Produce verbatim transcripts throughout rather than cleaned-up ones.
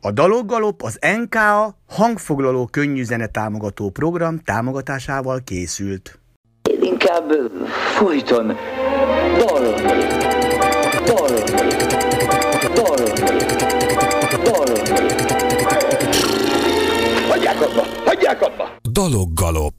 A Daloggalop az en ká á hangfoglaló könnyű zene támogató program támogatásával készült. Én inkább folyton dalolni, dalolni, dalolni, dalolni. Hagyják abba, hagyják abba! Daloggalop.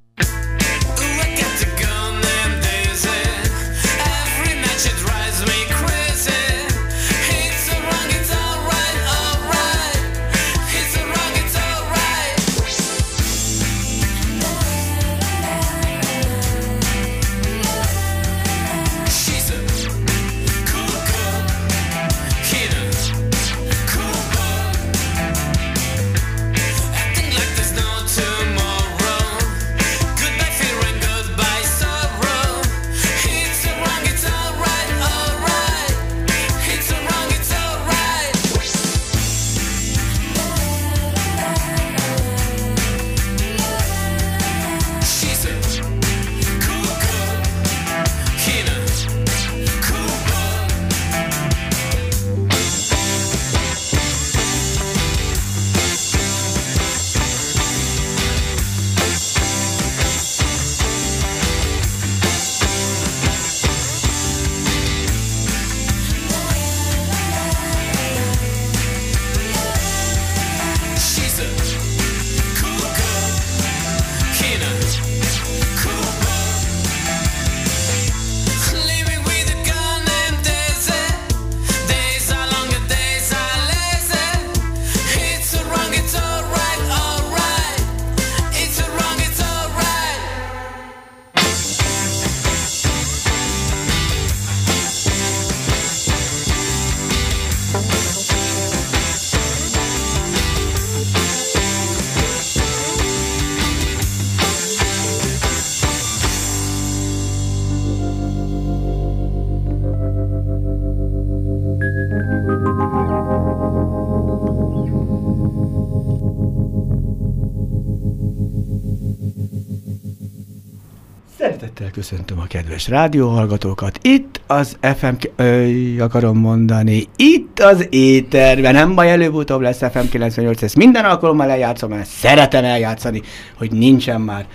Szeretettel köszöntöm a kedves rádióhallgatókat. Itt az ef em, öy, akarom mondani, itt az éterben, nem baj, előbb-utóbb lesz ef em kilencvennyolc, ezt minden alkalommal eljátszom, mert szeretem eljátszani, hogy nincsen már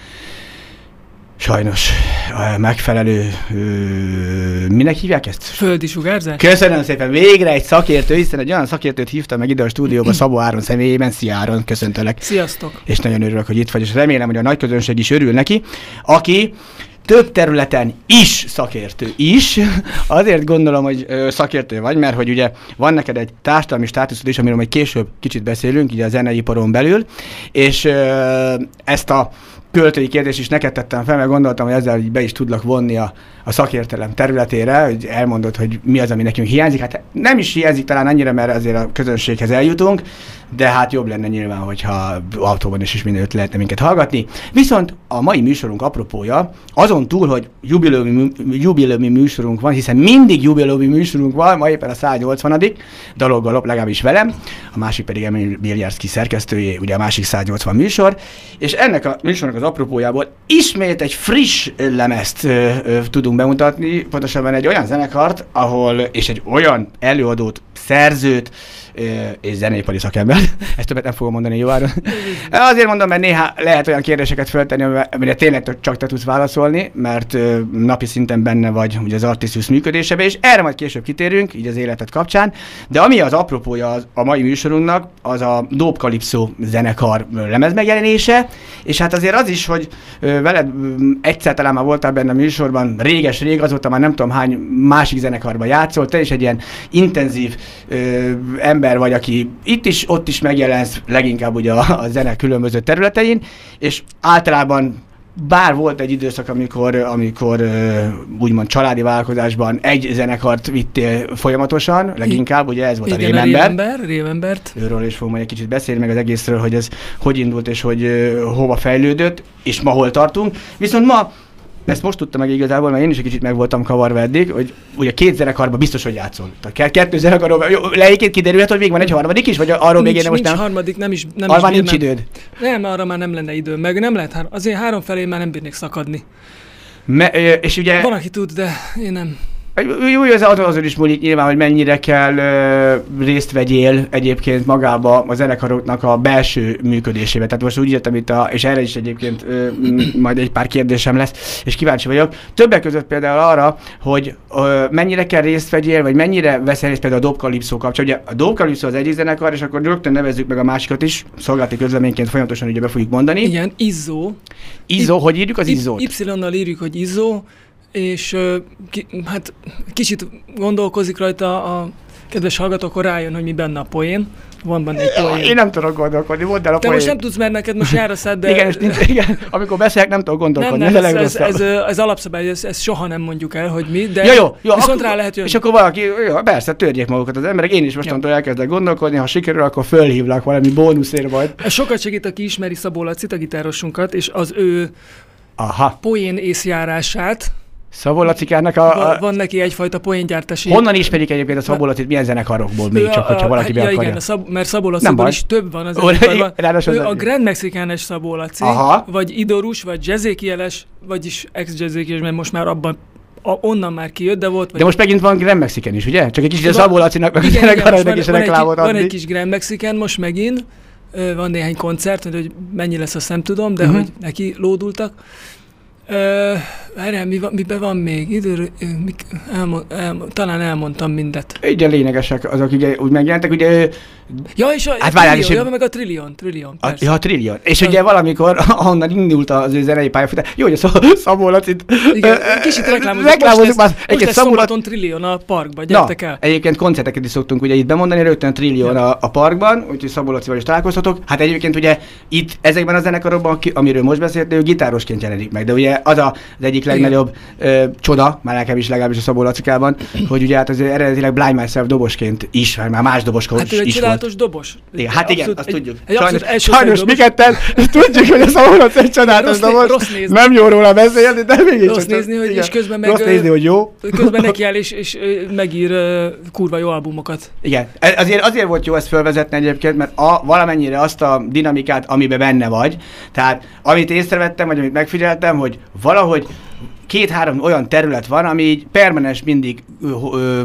sajnos megfelelő, ö, minek hívják ezt? Földi sugárzás? Köszönöm szépen, végre egy szakértő, hiszen egy olyan szakértőt hívtam meg ide a stúdióba Szabó Áron személyében. Szia Áron, köszöntelek. Sziasztok. És nagyon örülök, hogy itt vagy, és remélem, hogy a nagy közönség is örül neki, aki több területen is szakértő is. Azért gondolom, hogy ö, szakértő vagy, mert hogy ugye van neked egy társadalmi státuszod is, amiről majd később kicsit beszélünk, ugye a zeneiparon belül, és ö, ezt a költői kérdést is neked tettem fel, mert gondoltam, hogy ezzel be is tudlak vonni a, a szakértelem területére, hogy elmondod, hogy mi az, ami nekünk hiányzik. Hát nem is hiányzik talán annyira, mert azért a közönséghez eljutunk, de hát jobb lenne nyilván, hogyha autóban is, is mindenütt lehetne minket hallgatni. Viszont a mai műsorunk apropója, azon túl, hogy jubileumi, jubileumi műsorunk van, hiszen mindig jubileumi műsorunk van, ma éppen a száznyolcvanadik Daloggalop, legalábbis velem, a másik pedig Emil Biljárszky szerkesztőjé, ugye a másik száznyolcvan műsor, és ennek a műsornak az apropójából ismét egy friss lemezt ö, ö, tudunk bemutatni, pontosabban egy olyan zenekart, ahol, és egy olyan előadót, szerzőt, és zeneipari szakember. Ezt többet nem fogom mondani, jó Áron? Azért mondom, mert néha lehet olyan kérdéseket föltenni, amire tényleg csak te tudsz válaszolni, mert napi szinten benne vagy ugye az Artistus működésebe, és erre majd később kitérünk, így az életed kapcsán. De ami az apropója az, a mai műsorunknak, az a Dope Calypso zenekar lemez megjelenése, és hát azért az is, hogy veled egyszer talán már voltál benne a műsorban, réges-rég, azóta már nem tudom hány másik zenekarban játszol, te is egy ilyen intenzív ö, ember vagy, aki itt is, ott is megjelensz, leginkább ugye a, a zene különböző területein, és általában bár volt egy időszak, amikor, amikor úgymond családi vállalkozásban egy zenekart vittél folyamatosan, leginkább, ugye ez volt igen, a Rémember. Rémember, Rémembert. Őről is fogom majd egy kicsit beszélni, meg az egészről, hogy ez hogy indult és hogy uh, hova fejlődött, és ma hol tartunk. Viszont ma, ezt most tudtam meg igazából, mert én is egy kicsit meg voltam kavarva eddig, hogy ugye két zenekarban biztos, hogy játszol. Tehát kettő zenekarban, leéként kiderülhet, hogy még van egy harmadik is, vagy arról még én most nem? Nincs harmadik, nem is. Nem arra is nincs időd? Nem, arra már nem lenne időm, meg nem lehet, azért három felé már nem bírnék szakadni. Me, és ugye... Van, aki tud, de én nem. Jó, ez azon is múlik nyilván, hogy mennyire kell ö, részt vegyél egyébként magába a zenekaroknak a belső működésébe. Tehát most úgy írtam itt, a, és erre is egyébként ö, majd egy pár kérdésem lesz, és kíváncsi vagyok. Többek között például arra, hogy ö, mennyire kell részt vegyél, vagy mennyire veszel részt például a Dob Calypso kapcsán. Ugye a Dob Calypso az egyik zenekar, és akkor rögtön nevezzük meg a másikat is, szolgálati közleményként folyamatosan ugye be fogjuk mondani. Igen, Izzó. Izzó, I- hogy írjuk az Izzót? Y-nal írjuk, hogy Izzó, és uh, ki, hát kicsit gondolkozik rajta a kedves hallgató, akkor rájön, hogy mi benne a poén. Van benne egy poén. Én nem tudok gondolkodni, mondd el a Te poén. most nem tudsz, mert neked most jár a szád, de... Igen, és nincs, igen, amikor beszélek, nem tudok gondolkodni. Nem, nem, ez, ez, ez, ez, ez alapszabály, ezt ez soha nem mondjuk el, hogy mi, de ja, jó, jó, viszont akkor, rá lehet jönni. És akkor valaki, jó, persze, törjék magukat az emberek, én is mostantól elkezdek gondolkodni, ha sikerül, akkor fölhívlak valami bónuszért majd. Ez sokat segít, aki ismeri Szabó Lacit, a gitárosunkat, és az ő Aha. poén észjárását. Szabó Lacikának a... a... Van neki egyfajta poéngyártási... Honnan ismerik egyébként a Szabó Lacit, milyen zenekarokból még csak, hogyha valaki be ja, akarja? Igen, a szab, mert Szabó Laciban is több van az zenekarban. Ő a Grand Mexicanes Szabó Laci, Aha. vagy Idorus, vagy Jazzékieles, vagyis ex-Jazzékieles, mert most már abban a, onnan már kijött, de volt... Vagy... De most megint van Grand Mexican is, ugye? Csak egy kicsit a Szabó Lacinak, meg a igen, zenekaroknak is reklámot adni. Van egy kis Grand Mexican most megint, van néhány koncert, hogy mennyi lesz, azt nem tudom, de uh-huh. hogy neki lódultak. Erre, mi miben van még? Idő, mik, elmond, elmond, talán elmondtam mindet. Ugye lényegesek azok, ugye úgy megjelentek, ugye... Ja, és a, hát a trillion, ja, meg a trillion, trillion, persze. Ja, a trillion. És ugye valamikor, ahonnan indult az ő zenei pályafutás, jó, hogy a Szabó Lacit... Igen, kicsit reklámozunk. Reklámozunk most már. Most lesz szombaton trillion a parkban, gyertek el. Egyébként koncerteket is szoktunk ugye itt bemondani, rögtön trillion ja. a, a parkban, úgyhogy Szabó Lacival is találkozhatok. Hát egyébként ugye itt ezekben a zenekarokban, amiről most beszéltél, ő gitárosként jelenik meg, de ugye az a, az egyik legnagyobb ö, csoda, már nekem is legalábbis a Szabó Lacikában, hogy ugye hát az eredetileg Blind Myself dobosként is, már más dobosként hát is, is volt. Dobos. Igen, hát igen, azt egy, tudjuk. Egy sajnos sajnos mi ketten tudjuk, hogy a Szabó Laci egy csodálatos dobos. Nem jó róla beszélni, de mégis rossz nézni, hogy és közben meg... Rossz nézni, hogy jó. Közben nekiáll és, és megír uh, kurva jó albumokat. Igen. Azért, azért volt jó ezt fölvezetni egyébként, mert a, valamennyire azt a dinamikát, amiben benne vagy, tehát amit észrevettem, vagy amit megfigyeltem, hogy valahogy két-három olyan terület van, ami így permanens mindig ö, ö,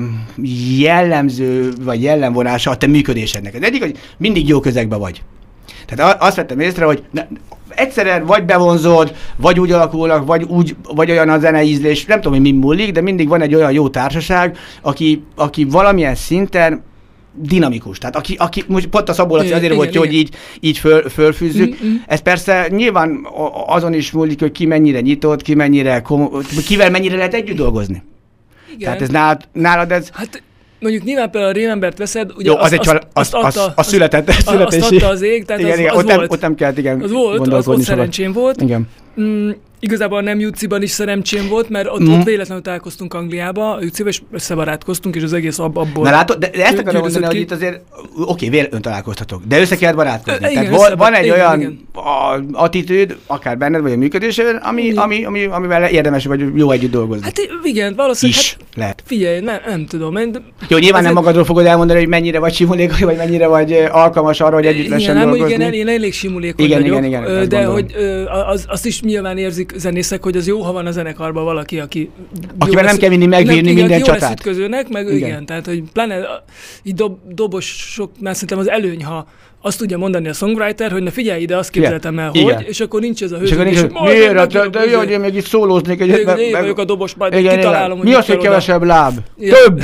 jellemző, vagy jellemvonása a te működésednek. Az egyik, hogy mindig jó közegben vagy. Tehát azt vettem észre, hogy ne, egyszerűen vagy bevonzod, vagy úgy alakulnak, vagy, úgy, vagy olyan a zeneízlés, nem tudom, hogy mi múlik, de mindig van egy olyan jó társaság, aki, aki valamilyen szinten dinamikus. Tehát aki, aki most pont a Szabó Laci azért igen, volt jó, hogy így, így föl, fölfűzzük. Mm-hmm. Ez persze nyilván azon is múlik, hogy ki mennyire nyitott, ki mennyire, kom- kivel mennyire lehet együtt dolgozni. Igen. Tehát ez nálad, nálad ez... Hát mondjuk nyilván például a Rémembert veszed, ugye jó, az, az, egy csal- azt, az, azt az, adta, az született, azt, születési. Azt adta az ég, tehát igen, az, igen, az ott, volt. nem, ott nem kellett, igen, az volt, az ott szerencsém volt. Igen. Mm, igazából nem Jutciban is szerencsém volt, mert ott, mm. ott véletlenül találkoztunk Angliába, Jutciban, és összebarátkoztunk, és az egész ab, abból... Na látod, de, de ezt akarom mondani, hogy itt azért, oké, véletlenül találkoztatok, de össze kellett barátkozni. Igen, tehát van, van egy igen, olyan igen. A, attitűd, akár benned, vagy a működésében, ami, ami, ami, amivel érdemes, vagy jó együtt dolgozni. Hát igen, valószínűleg... Is hát, lehet. Figyelj, nem, nem tudom. Én, jó, nyilván nem magadról fogod elmondani, hogy mennyire vagy simulékony, vagy mennyire vagy alkalmas arra, hogy együtt lehessen dolgozni. Igen, nem, én elég simulékony igen, vagyok, igen, igen, de hogy az, azt is nyilván érzik zenészek, hogy az jó, ha van a zenekarban valaki, aki... Akivel nem kell mindig megvívni minden csatát. Jó lesz ütközőnek, meg igen. igen, tehát hogy pláne így dob, dobosoknál szerintem az előny, ha azt tudja mondani a songwriter, hogy na figyelj ide, azt képzeltem el, igen. hogy, és akkor nincs ez a hőző. És akkor nincs, miért? De, de jó, hogy én még itt szólóznék. Egy, én, én vagyok a dobos, majd igen, kitalálom, hogy mi az, hogy kevesebb láb? Ja. Több!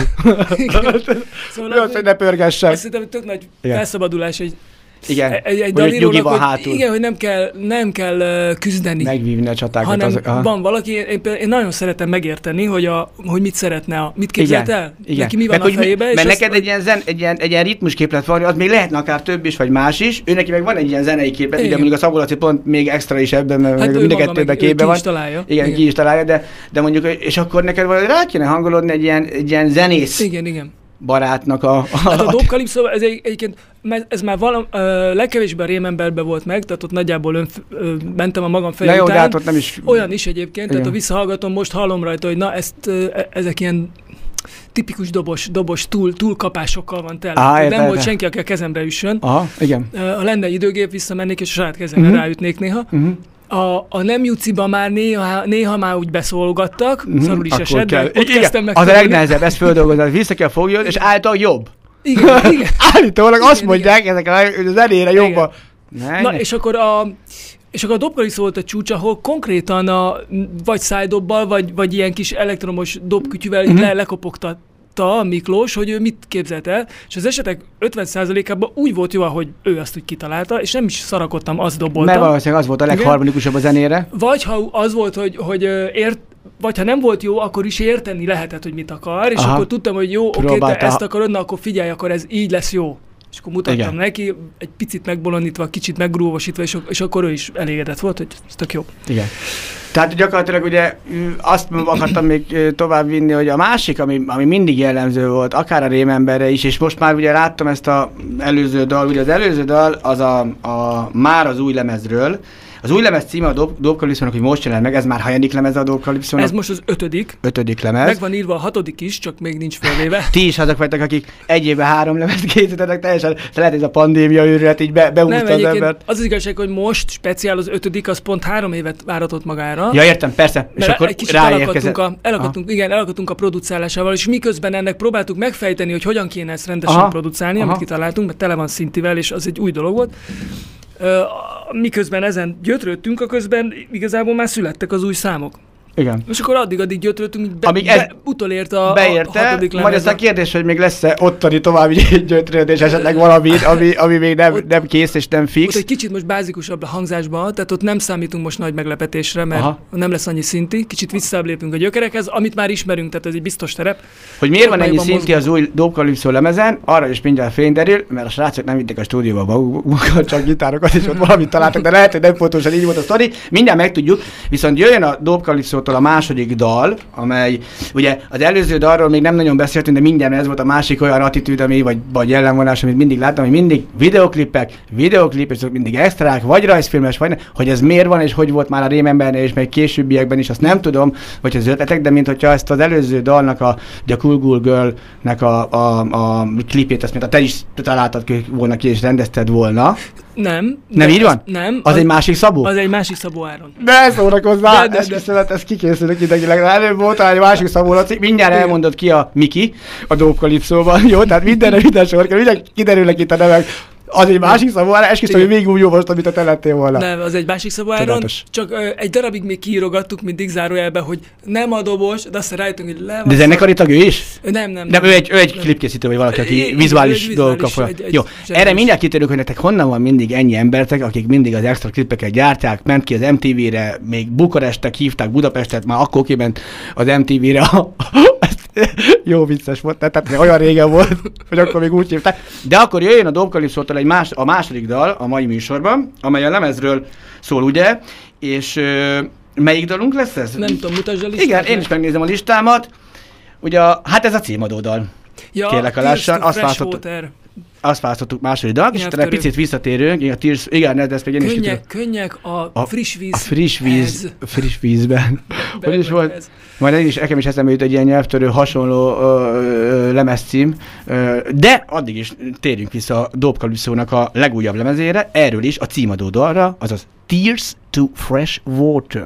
Szóval mi az, hogy ne pörgessek? Azt hiszem, hogy tök nagy felszabadulás egy igen, egy, egy hogy nyugi van hogy, hátul. Igen, hogy nem kell, nem kell uh, küzdeni. Megvívni a csatákat. Hanem az, van valaki, én, én nagyon szeretem megérteni, hogy, a, hogy mit szeretne, a, mit képzelt igen, el, igen. neki mi van meg, a fejébe. Mert és neked azt, egy ilyen, zen, egy, ilyen, egy ilyen ritmusképlet van, az még lehetne akár több is, vagy más is, ő neki meg van egy ilyen zenei képlet, ugye mondjuk a Szabó Laci pont még extra is ebben, mert hát mind a kettőben képben van. Találja. Igen, igen, ki is találja, de, de mondjuk, és akkor neked valahogy rá kéne hangolódni egy ilyen, egy ilyen zenész. Igen, igen. barátnak a... a hát a Dob Calypso, ez egy, egyébként, ez már valam, uh, legkevésbé a Rémemberben volt meg, tehát ott nagyjából ön, uh, mentem a magam feje után. Jó, de hát ott nem is... Olyan is egyébként, igen. Tehát ha visszahallgatom, most hallom rajta, hogy na, ezt, uh, ezek ilyen tipikus dobos, dobos túl, túlkapásokkal van tele. Á, nem volt senki, aki a kezemre üssön. Aha, igen. Uh, ha lenne időgép, visszamennék, és a saját kezemre uh-huh. ráütnék néha. Uh-huh. A, a nem Juciba már néha, néha már úgy beszólogattak, mm-hmm, szarul is esett, de ott igen, kezdtem meg. Az a legnehezebb, ezt földolgozni, vissza kell fogjon, és általában jobb. Igen, igen. Állítólag igen, azt mondják, ezek a zenére jobban. Ne, Na, ne. és akkor a... És akkor a dobkaliszó volt a csúcs, ahol konkrétan a, vagy szájdobbal, vagy, vagy ilyen kis elektromos dobkütyűvel mm-hmm. le, lekopogtatta a Miklós, hogy ő mit képzelt el, és az esetek ötven százalékában úgy volt jó, ahogy ő azt úgy kitalálta, és nem is szarakodtam, azt doboltam. Mert valószínűleg az volt a legharmonikusabb a zenére. Vagy ha az volt, hogy, hogy ért, vagy ha nem volt jó, akkor is érteni lehetett, hogy mit akar, és Aha. akkor tudtam, hogy jó, oké, te ezt akarod, na akkor figyelj, akkor ez így lesz jó. És akkor mutattam Igen. neki, egy picit megbolondítva, kicsit meggrúvosítva, és, és akkor ő is elégedett volt, hogy ez tök jó. Igen. Tehát gyakorlatilag ugye azt akartam még tovább vinni, hogy a másik, ami, ami mindig jellemző volt, akár a Rémemberre is, és most már ugye láttam ezt az előző dal, ugye az előző dal az a, a már az új lemezről. Az új lemez címe a Dob- Dobkalipszónak, hogy most jelent meg, ez már hanyadik lemez a Dobkalipszónak? Ez most az ötödik. Ötödik lemez. Meg van írva a hatodik is, csak még nincs felvéve. Ti is azok vagytok, akik egy évben három lemezt készítettek, teljesen lehet ez a pandémia őrület így be, beúszta az embert. Az az igazság, hogy most speciál az ötödik, az pont három évet váratott magára. Ja, értem, persze. És akkor egy kicsit elakadtunk a, elakadtunk, igen, elakadtunk a producálásával, és miközben ennek próbáltuk megfejteni, hogy hogyan kéne ezt rendesen Aha. producálni, Aha. amit kitaláltunk, mert tele van szintivel, és az egy új dolog volt. Uh, miközben ezen gyötrődtünk, a közben igazából már születtek az új számok. Igen. És akkor addig-addig gyötrődtünk, be, Amíg ez be, utolért a, beérte, a hatodik lemez. Majd ez a kérdés, hogy még lesz-e ottani további gyötrődés, esetleg valami, ami, ami még nem, ott, nem kész és nem fix. Ott egy kicsit most bázikusabb a hangzásban, tehát ott nem számítunk most nagy meglepetésre, mert Aha. nem lesz annyi szinti. Kicsit visszább lépünk a gyökerekhez, amit már ismerünk, tehát ez egy biztos terep. Hogy miért van ennyi szinti az új Dobkalipszó lemezen, arra is mindjárt fény derül, mert a srácok nem vitték a stúdióba magukat, csak gitárokat, és ott valamit találtak, de lehet, hogy nem pontosan így volt a sztori. Mindjárt megtudjuk, viszont jöjjön a Dobkalipszótól a második dal, amely ugye az előző dalról még nem nagyon beszéltünk, de mindjárt ez volt a másik olyan attitűd, ami, vagy, vagy jellemvonás, amit mindig láttam, hogy mindig videoklipek, videoklip, és mindig extrák, vagy rajzfilmes, vagy ne, hogy ez miért van, és hogy volt már a Rémembernél, és még későbbiekben is, azt nem tudom, vagy az ötletek, de mint hogyha ezt az előző dalnak, a The Cool Ghoul Girl-nek a, a, a klipét, azt mint a te is találtad volna ki, és rendezted volna. Nem. Nem így van? Nem. Az, az egy másik Szabó? Az egy másik Szabó Áron. De szórakozzál! De, de, de. Ezt, ezt kikészülök idegileg. Előbb volt egy másik Szabó Laci. Mindjárt elmondott ki a Miki a Dobkalipszóban. Jó, tehát mindenre minden sor kell. Mindjárt kiderülnek itt a nevek. Az egy másik Szabó Áron, esküszöm, hogy még úgy jó most, amit a te lettél volna. Nem, az egy másik Szabó Áron, csak ö, egy darabig még kiírogattuk mindig zárójelbe, hogy nem a dobos, de aztán rájöttünk, hogy le van. De zenekari tag ő is? Nem, nem. Nem, nem ő egy, ő egy klipkészítő, vagy valaki, aki vizuális dolgokkal foglalkozik. Jó, erre mindjárt kitérünk, hogy nektek honnan van mindig ennyi embertek, akik mindig az extra klipeket gyártják, ment ki az em té vére, még Bukarestek hívták Budapestet, már akkor kiment az em té vére a jó vicces volt, tehát olyan régen volt, hogy akkor még úgy hívták. De akkor jöjjön a Dobkalipszótól egy más, a második dal a mai műsorban, amely a lemezről szól, ugye, és ö, melyik dalunk lesz ez? Nem tudom, mutasd a listát. Igen, én is megnézem a listámat. Ugye, hát ez a címadó dal. Ja, kérlek a lassan, azt választottuk. Azt választottuk második dal, és utána egy picit visszatérünk. Igen, Tears, igen, ez még én is Könnyek, könnyek a, a friss víz. A friss víz, friss vízben. Hogy is volt? Ez. Majd én is, nekem is eszembe jut egy ilyen nyelvtörő hasonló ö, ö, lemezcím. Ö, de addig is térjünk vissza a Dobkalipszónak a legújabb lemezére, erről is a címadó dalra, azaz Tears to Fresh Water.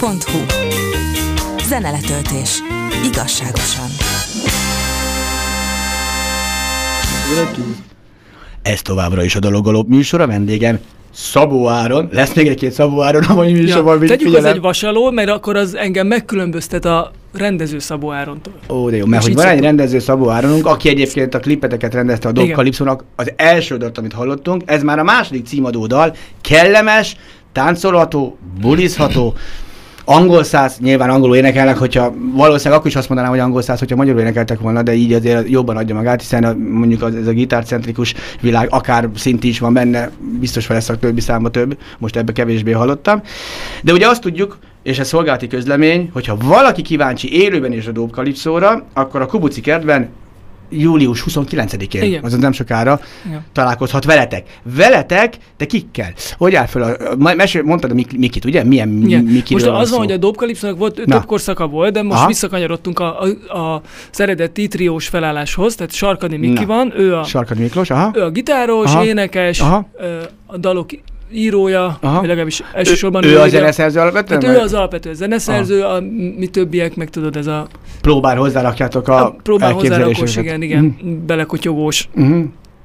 pont hu. Zeneletöltés. Igazságosan. Ez továbbra is a Dologolóbb műsor, a vendégem Szabó Áron. Lesz még egy-két Szabó Áron a mai műsorban. Ja, tegyük az egy vasaló, mert akkor az engem megkülönböztet a rendező Szabó Árontól. Ó, de jó, mert hogy van egy rendező Szabó Áronunk, aki egyébként a klipeteket rendezte a Dob Calypsónak, az első dalt, amit hallottunk, ez már a második címadó dal, kellemes, táncolható, bulizható, angol száz, nyilván angolul énekelnek, hogyha valószínűleg akkor is azt mondanám, hogy angol száz, hogyha magyarul énekeltek volna, de így azért jobban adja magát, hiszen a, mondjuk az, ez a gitárcentrikus világ, akár szinti is van benne, biztos fel lesz a többi számba több, most ebbe kevésbé hallottam. De ugye azt tudjuk, és ez szolgálati közlemény, hogyha valaki kíváncsi élőben is a Dob Calypsóra, akkor a Kubuci kertben július huszonkilencedikén, igen, azon nem sokára igen, találkozhat veletek. Veletek, de kikkel? Hogy áll fel a... Mesél, mondtad a Mik- Mikit, ugye? Milyen Mikiről most van az szó? van, hogy a Dob Calypsónak volt Na. több korszaka volt, de most Aha. visszakanyarodtunk a, a, a, az eredeti triós felálláshoz, tehát Sarkadi Miki Na. van, ő a, Sarkadi Miklós, aha. ő a gitáros, Aha. énekes, Aha. a dalok írója, Aha. vagy legalábbis elsősorban ő, ő a írja. zeneszerző alapvetően? Tehát ő az alapvető zeneszerző, a, mi többiek, meg tudod, ez a... Próbál hozzárakjátok a, a próbál hozzárakós, elképzeléseket. igen, igen, Mhm. belekotyogós Mhm.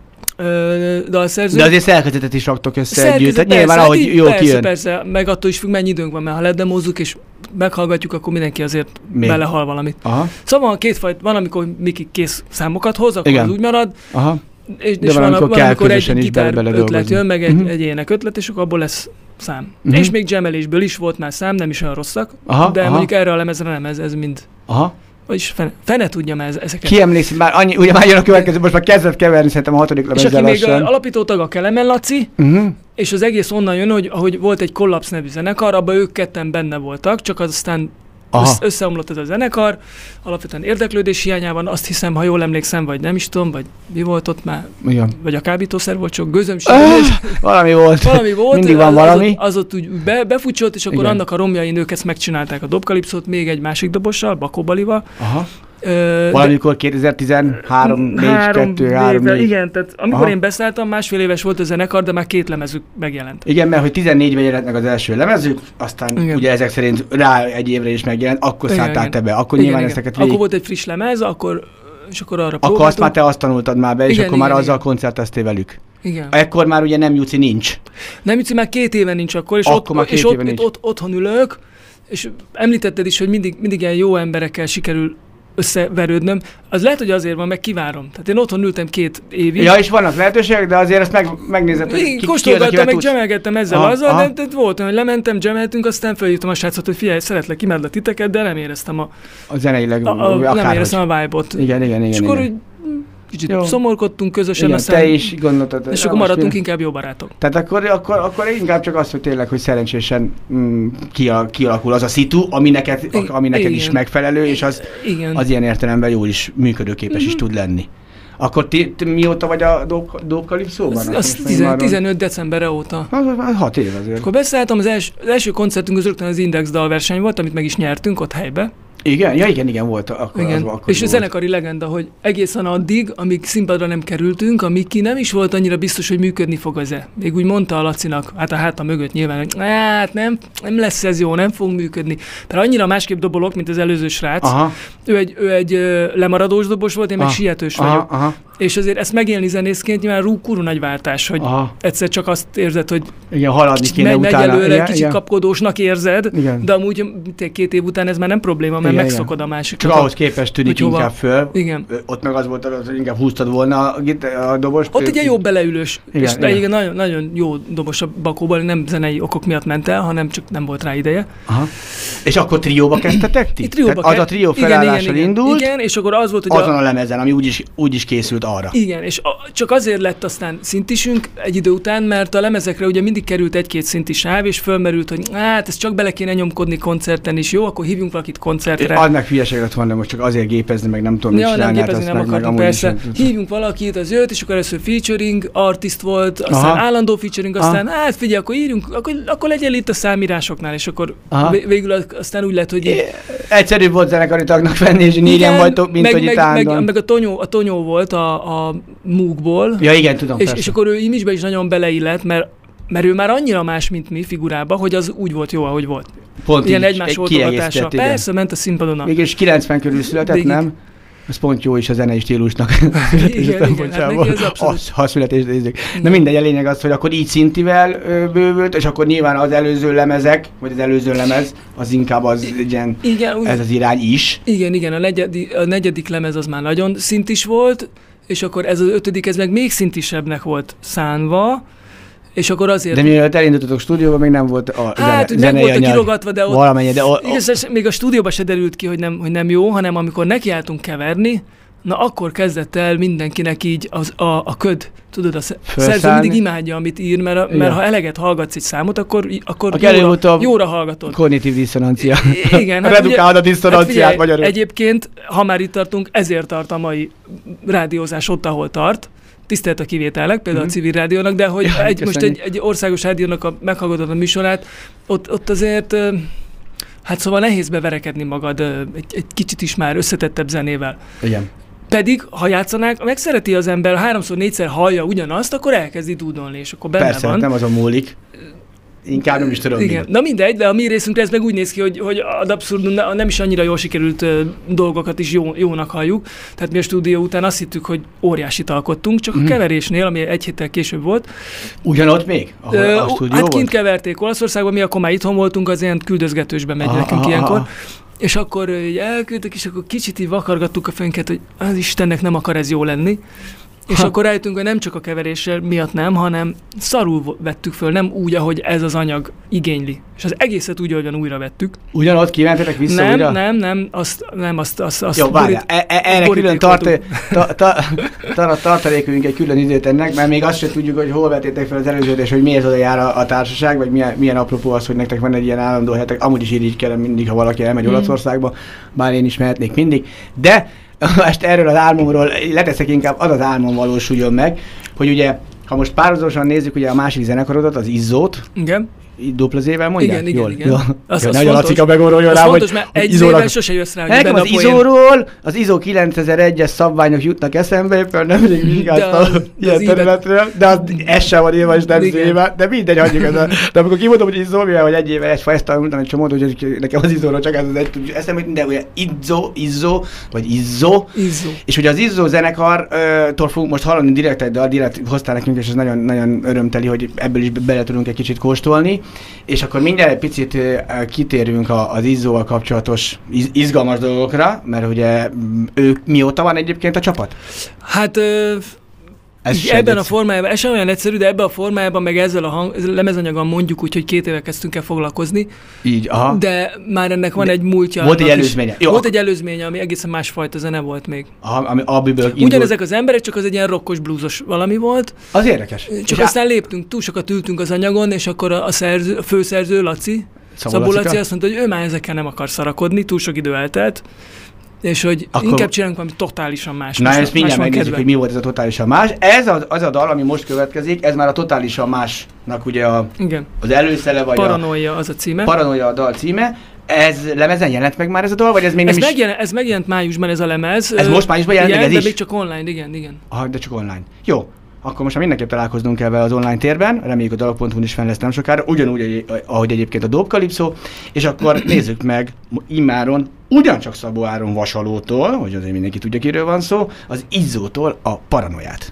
ö, dalszerző. De azért szerkezetet is raktok össze Szerkezet, együtt. Tehát persze, nyilván, hát ahogy így, jól persze, kijön. Persze, meg attól is függ, mennyi időnk van, mert ha ledemózzuk és meghallgatjuk, akkor mindenki azért Még. belehal valamit. Aha, Szóval kétfajta, van, amikor Miki kész számokat hoz, akkor Igen. az úgy marad, aha. és, De és van, van, amikor van, kell amikor egy közösen is gitár bele- ötlet beledolgozni. jön, meg egy, Mhm. egy ének ötlet, és akkor abból lesz szám. Mhm. És még jamelésből is volt már szám, nem is olyan rosszak, Aha, de aha. mondjuk erre a lemezre nem, ez, ez mind, Aha. vagyis fene, fene tudja már ez- ezeket. Ki emlékszik már, annyi, ugye már jön a következő, most már kezdett keverni szerintem a hatodik És aki lemezzel még lassan. alapító tag a Kelemen Laci, Uh-huh. és az egész onnan jön, hogy ahogy volt egy Kollapsz nevű zenekar, abban ők ketten benne voltak, csak aztán össz, összeomlott ez a zenekar, alapvetően érdeklődés hiányában, azt hiszem, ha jól emlékszem, vagy nem is tudom, vagy mi volt ott már, Igen. vagy a kábítószer volt, csak gözömség, Ah, valami volt. valami volt, Mindig van az, valami. Az, ott, az ott úgy be, befutcsolt, és akkor Igen. annak a romjai nők ezt megcsinálták a Dob Calypsót még egy másik dobossal, Bakó Balival. Aha. Ö, Valamikor kétezer-tizenhárom, négy, kettő, három, éve, négy. igen, tehát amikor Aha. én beszálltam, másfél éves volt a zenekar, de már két lemezük megjelent. Igen, mert hogy tizennégyben jelent meg az első lemezük, aztán Igen. ugye ezek szerint rá egy évre is megjelent, akkor Igen, szálltál igen. te be, akkor Igen, nyilván igen. ezeket Akkor végig... volt egy friss lemez, akkor, és akkor arra Akkor azt próbáltunk. már te azt tanultad már be, és Igen, akkor már igen, azzal igen. koncerteztél velük. Igen. Ekkor már ugye nem Juci nincs. Nem Juci, már két éve nincs akkor, és, Akkor ott, már két és ott, éve nincs. ott, ott, otthon ülök, és említetted is, hogy mindig, mindig ilyen jó emberekkel sikerül összeverődnöm. Az lehet, hogy azért van, meg kivárom. Tehát én otthon ültem két évig. Ja, és vannak lehetőségek, de azért ezt meg, megnézed, hogy Én ki, ki az, kóstolgattam, akivel meg tudsz. dzsemelgettem ezzel Aha, azzal, aha. de, de volt, hogy lementem, dzsemeltünk, aztán felhívtam a srácot, hogy figyelj, szeretlek, imádlak titeket, de nem éreztem a, A zeneileg, a, a, nem akárhogy. éreztem a vibe-ot. Igen, igen, igen. És akkor igen. úgy mm, kicsit Jó. szomorkodtunk közösen, Igen, aztán, te is gondoltad. és ja, akkor most maradtunk mi- inkább jó barátok. Tehát akkor, akkor, akkor inkább csak az, hogy tényleg, hogy szerencsésen mm, kial, kialakul az a szitu, ami neked, I- ami neked is igen. megfelelő, és az, Igen. az ilyen értelemben jól is működőképes is tud lenni. Akkor ti, ti mióta vagy a Dob, Dob Calypsóban? Az, Akkor az most még tizen, már- tizenöt decemberre óta. Az, az, az hat év azért. Akkor beszálltam, az, els, az első koncertünk az rögtön az Index dalverseny volt, amit meg is nyertünk ott helybe. Igen? Ja, igen, igen, volt. Akkor Igen. Az, akkor És a volt. zenekari legenda, hogy egészen addig, amíg színpadra nem kerültünk, a Miki nem is volt annyira biztos, hogy működni fog az-e. Még úgy mondta a Lacinak, hát a háta mögött nyilván, hogy hát nem, nem lesz ez jó, nem fog működni. Mert annyira másképp dobolok, mint az előző srác. Aha, Ő egy, ő egy ö, lemaradós dobos volt, én meg Ah, sietős aha, vagyok. aha, És azért ezt megélni zenészként nyilván rú, kurva nagy váltás, hogy aha. egyszer csak azt érzed, hogy Igen, haladni kicsit kéne megy, megy utána. előre, igen, kicsit igen. kapkodósnak érzed, Igen. de amúgy te két év után ez már nem probléma, mert Igen, megszokod a másik. Csak ahhoz képest tűnik hogy hova- inkább föl. Igen. Ö, Ott meg az volt, az, hogy inkább húztad volna a, git- a dobost. Ott egy jó beleülős, Igen, és de igen. igen, nagyon, nagyon jó dobos a Bakóban, nem zenei okok miatt ment el, hanem csak nem volt rá ideje. Aha. És akkor trióba kezdtetek ti? Itt trióba Tehát az ke- a trió igen, felállással igen, indult, Igen, és akkor az volt, hogy azon a, a lemezen, ami úgyis, úgyis készült arra. igen, és a, csak azért lett aztán szintisünk egy idő után, mert a lemezekre ugye mindig került egy-két szinti sáv, és fölmerült, hogy hát ezt csak bele kéne nyomkodni koncerten is, jó, akkor hívjunk valakit koncertre. Az meg hülyeség lett volna, most csak azért gépezni, meg nem tudom, mit Ja, nem csinálni. hát gépezni azt nem meg- meg akartunk, amúgy is persze. sem- Hívjunk valakit, az jött, és akkor először featuring artist volt, aztán Aha. állandó featuring, aztán Aha. hát figyelj, akkor írjunk, akkor, akkor legyen itt a számírásoknál, és akkor Aha. vé- végül az- aztán úgy lett, hogy így, Egyszerűbb volt zenekari tagnak venni, és négyen igen, vagytok, mint meg, hogy itt meg, meg, állandóan. meg, a Tonyó, a Tonyó volt a, a Moogból, Ja, igen, tudom, és, persze. és akkor ő image-be is nagyon beleillett, mert mert ő már annyira más, mint mi figurába, hogy az úgy volt jó, ahogy volt. Pont ilyen így, egymás egy oltogatása. kiegészített, igen. Persze, ment a színpadon. A... Mégis kilencven körül született, Végig. nem? Ez pont jó is a zenei stílusnak. igen, igen, hát neki ez abszolút. Az, ha születést nézzük. Na mindegy, a lényeg az, hogy akkor így szintivel ö, bővült, és akkor nyilván az előző lemezek, vagy az előző lemez, az inkább az ilyen, igen, úgy, ez az irány is. igen, igen, a negyedik, a negyedik lemez az már nagyon szintis volt, és akkor ez az ötödik, ez meg még szintisebbnek volt szánva, és akkor azért... De mielőtt elindultatok stúdióba, még nem volt a hát, zene, meg volt a kirogatva, de ott... Valamennyi, de... O, o, igaz, még a stúdióban se derült ki, hogy nem, hogy nem jó, hanem amikor nekiálltunk keverni, na akkor kezdett el mindenkinek így az, a, a köd, tudod, a szerző mindig imádja, amit ír, mert, mert ha eleget hallgatsz egy számot, akkor, akkor jóra, jóra hallgatod. Kognitív diszonancia. Igen. Hát redukálod a diszonanciát hát magyarul. Egyébként, ha már itt tartunk, ezért tart a mai rádiózás ott, ahol tart. Tisztelt a kivételek, például mm-hmm. a civil rádiónak, de hogy ja, egy, most egy, egy országos rádiónak a meghallgatod a műsorát, ott, ott azért, hát szóval nehéz beverekedni magad egy, egy kicsit is már összetettebb zenével. Igen. Pedig, ha játszanák, megszereti az ember, háromszor, négyszer hallja ugyanazt, akkor elkezdi dúdolni, és akkor benne persze, van. nem azon múlik. Inkább nem is tudom. Igen. Na mindegy, de a mi részünkre ez meg úgy néz ki, hogy, hogy ad abszurdum, nem is annyira jól sikerült uh, dolgokat is jó, jónak halljuk. Tehát mi a stúdió után azt hittük, hogy óriásit alkottunk, csak mm-hmm. a keverésnél, ami egy héttel később volt. Ugyanott még? Ahol uh, a stúdió hát volt? kint keverték Olaszországban, mi akkor már itthon voltunk, az ilyen küldözgetősbe megy ah, nekünk ah, ilyenkor. Ah. És akkor így elküldtek, és akkor kicsit így vakargattuk a fönket, hogy az Istennek nem akar ez jó lenni. És ha. akkor rájöttünk, hogy nem csak a keveréssel miatt nem, hanem szarul vettük föl, nem úgy, ahogy ez az anyag igényli. És az egészet úgy, ahogyan újra vettük. Ugyanott kívántatok vissza nem, újra? Nem, nem, azt, nem, azt, azt, azt jó, várjál, e- e- erre külön tart, ta, ta, ta, tartalékunk egy külön időt ennek, mert még azt sem tudjuk, hogy hol vettétek fel az előzőt, és hogy miért oda jár a, a társaság, vagy milyen, milyen apropó az, hogy nektek van egy ilyen állandó hetek. Amúgy is így kell mindig, ha valaki elmegy hmm. Olaszországba, bár én is mehetnék mindig. De most erről az álmomról leteszek, inkább az az álmom valósuljon meg, hogy ugye, ha most párhuzamosan nézzük ugye a másik zenekarodat, az Izzót, igen. Dupla Z-vel mondják? Igen, igen, jól, igen. Jól. Az, Jó, az nagyon fontos, a begoroljon rá, fontos, mert egy zével sose jössz rá, hogy benne az Izzóról, az Izzó kilencezer-egyes szabványok jutnak eszembe, éppen nem még vizsgáltam ilyen területről, de az, ez sem van éva, és nem Z-vel, de mindegy, hagyjuk ezzel. De amikor kimondom, hogy Izzó, mivel vagy egy éve ezt, ezt tanultam egy csomót, hogy nekem az Izzóról csak ez az egy tudjuk eszembe, de ugye Izzó, Izzó, vagy Izzó, Izzó. És ugye az Izzó zenekartól fogunk most hallani direkt, de a direkt hoztál nekünk, és ez nagyon, nagyon örömteli, hogy ebből is bele tudunk egy kicsit kóstolni, és akkor mindjárt egy picit uh, kitérünk a, az Izzóval kapcsolatos iz, izgalmas dolgokra, mert ugye ők mióta van egyébként a csapat? Hát uh, ebben a formájában, ez sem olyan egyszerű, de ebben a formájában, meg ezzel a hang, lemezanyagon mondjuk úgy, hogy két éve kezdtünk el foglalkozni. Így, aha. De már ennek van de egy múltja. Volt egy előzménye. Jó, volt egy előzménye, ami egészen másfajta zene volt még. Aha, ami abból indult. Ugyanezek az emberek, csak az egy ilyen rockos, bluesos valami volt. Az érdekes. Csak és aztán á... léptünk, túl sokat ültünk az anyagon, és akkor a, a, szerző, a főszerző, Laci, Szabó Laci azt mondta, hogy ő már ezekkel nem akar szarakodni, túl sok idő eltelt. És hogy akkor inkább csinálunk valami totálisan más. Na, ezt mindjárt megnézzük, hogy mi volt ez a totálisan más. Ez az, az a dal, ami most következik, ez már a totálisan másnak ugye a, igen. az előszele, vagy Paranoia a... az a címe. Paranoia a dal címe. Ez lemezen jelent meg már ez a dal, vagy ez még ez nem is... Megjelent, ez megjelent májusban ez a lemez. Ez most májusban jelent meg ez de is? még csak online, igen, igen. Aha, de csak online. Jó. Akkor most már mindenképp találkoznunk kell vele az online térben, reméljük a dalok pont hu-n is fenn lesz nem sokára, ugyanúgy, ahogy egyébként a Dob Calypso, és akkor nézzük meg immáron, ugyancsak Szabó Áron Vasalótól, hogy azért mindenki tudja, kiről van szó, az Izzótól a Paranoiát.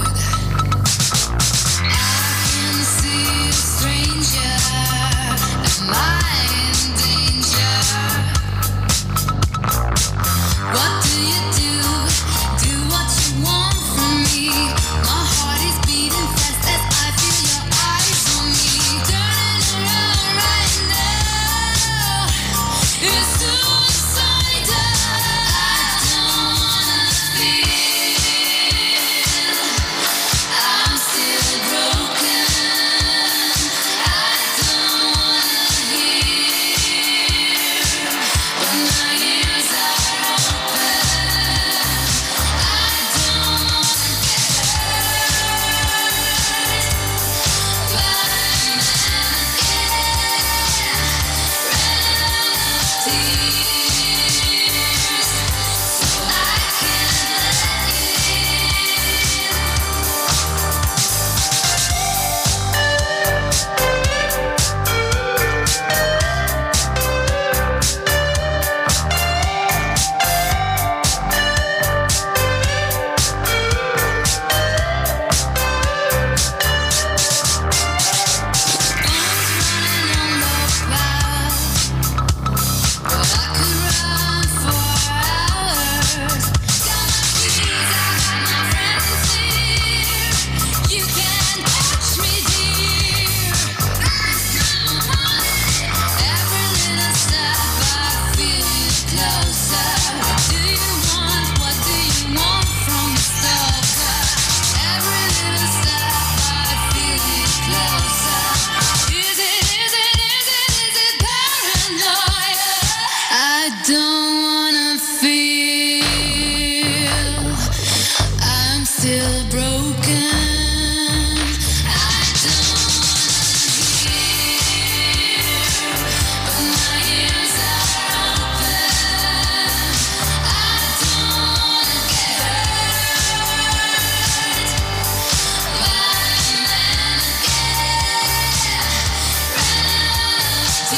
Stranger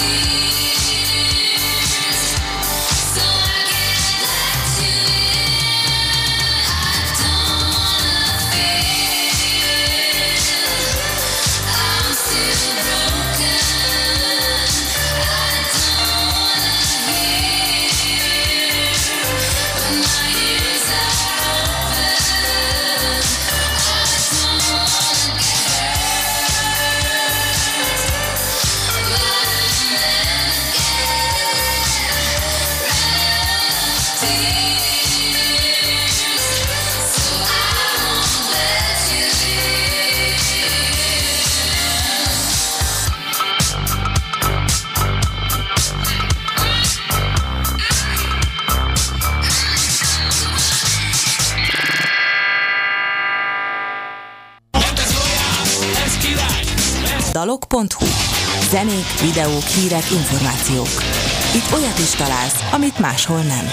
dalok pont hu. Zenék, videók, hírek, információk. Itt olyat is találsz, amit máshol nem.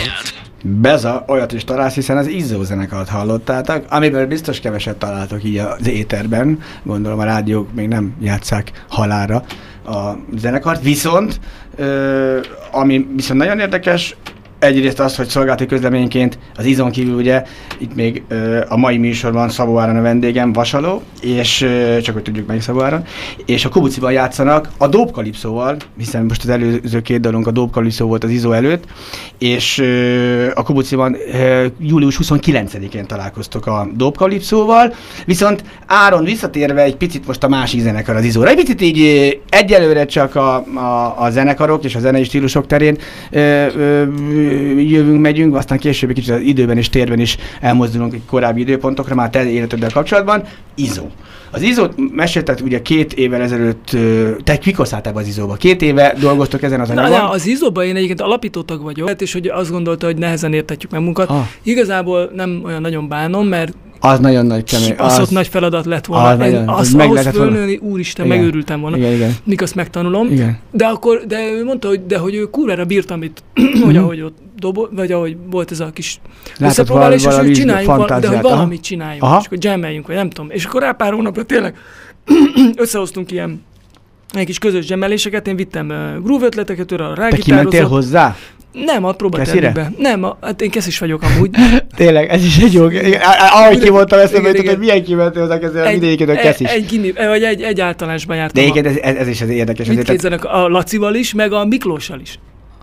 Beza, olyat is találsz, hiszen az Izzó zenekart hallottátok, amiből biztos keveset találtok így az éterben. Gondolom a rádiók még nem játsszák halálra a zenekart. Viszont, ö, ami viszont nagyon érdekes, egyrészt az, hogy szolgálati közleményként az Izzón kívül ugye itt még ö, a mai műsorban Szabó Áron a vendégem, Vasaló, és ö, csak hogy tudjuk meg Szabó Áron, és a Kubuciban játszanak a Dope Calypsóval, hiszen most az előző két dalunk a Dope Calypsó volt az Izzó előtt, és ö, a Kubuciban ö, július huszonkilencedikén találkoztok a Dope Calypsóval, viszont Áron visszatérve egy picit most a másik zenekar az Izzóra, egy picit így ö, egyelőre csak a, a, a zenekarok és a zenei stílusok terén ö, ö, jövünk, megyünk, aztán később egy kicsit az időben és térben is elmozdulunk egy korábbi időpontokra, már te életeddel kapcsolatban. Izzó. Az Izzót meséltek ugye két évvel ezelőtt, te mikor szálltál be az Izzóba? Két éve dolgoztok ezen az anyagon? Na, az Izzóban én egyébként alapítótag vagyok, és hogy azt gondolta, hogy nehezen értetjük meg munkat. Ah. Igazából nem olyan nagyon bánom, mert az nagyon nagy kemény. Az, az ott nagy feladat lett volna. Az, nagyon, az, az ahhoz fölnőni, úristen, igen. Megőrültem volna. Igen, igen. Míg azt megtanulom. Igen. De akkor, de ő mondta, hogy, de hogy ő kurvára bírt, amit, hogy ahogy ott dobol, vagy ahogy volt ez a kis összepróbálás, és hogy csináljunk valamit, de hogy valamit csináljunk, aha. És akkor jammeljünk, vagy nem tudom. És akkor rá pár hónapra tényleg összehoztunk ilyen egy kis közös jammeléseket, én vittem uh, groove ötleteket, őre a rágitározott. Te kimentél hozzá? Nem, a próbatermbe. Nem, a, hát én keszis vagyok amúgy. Tényleg, ez is egy jó. Ahogy ki voltam eszembe, hogy milyen kimentél hozzá kezdve, a vidéken a keszis. Egy gimi, vagy egy, egy általánosban jártam. De egyébként ez, ez, ez is az érdekes. Mindkét zenek, a Lacival is, meg a Miklóssal is.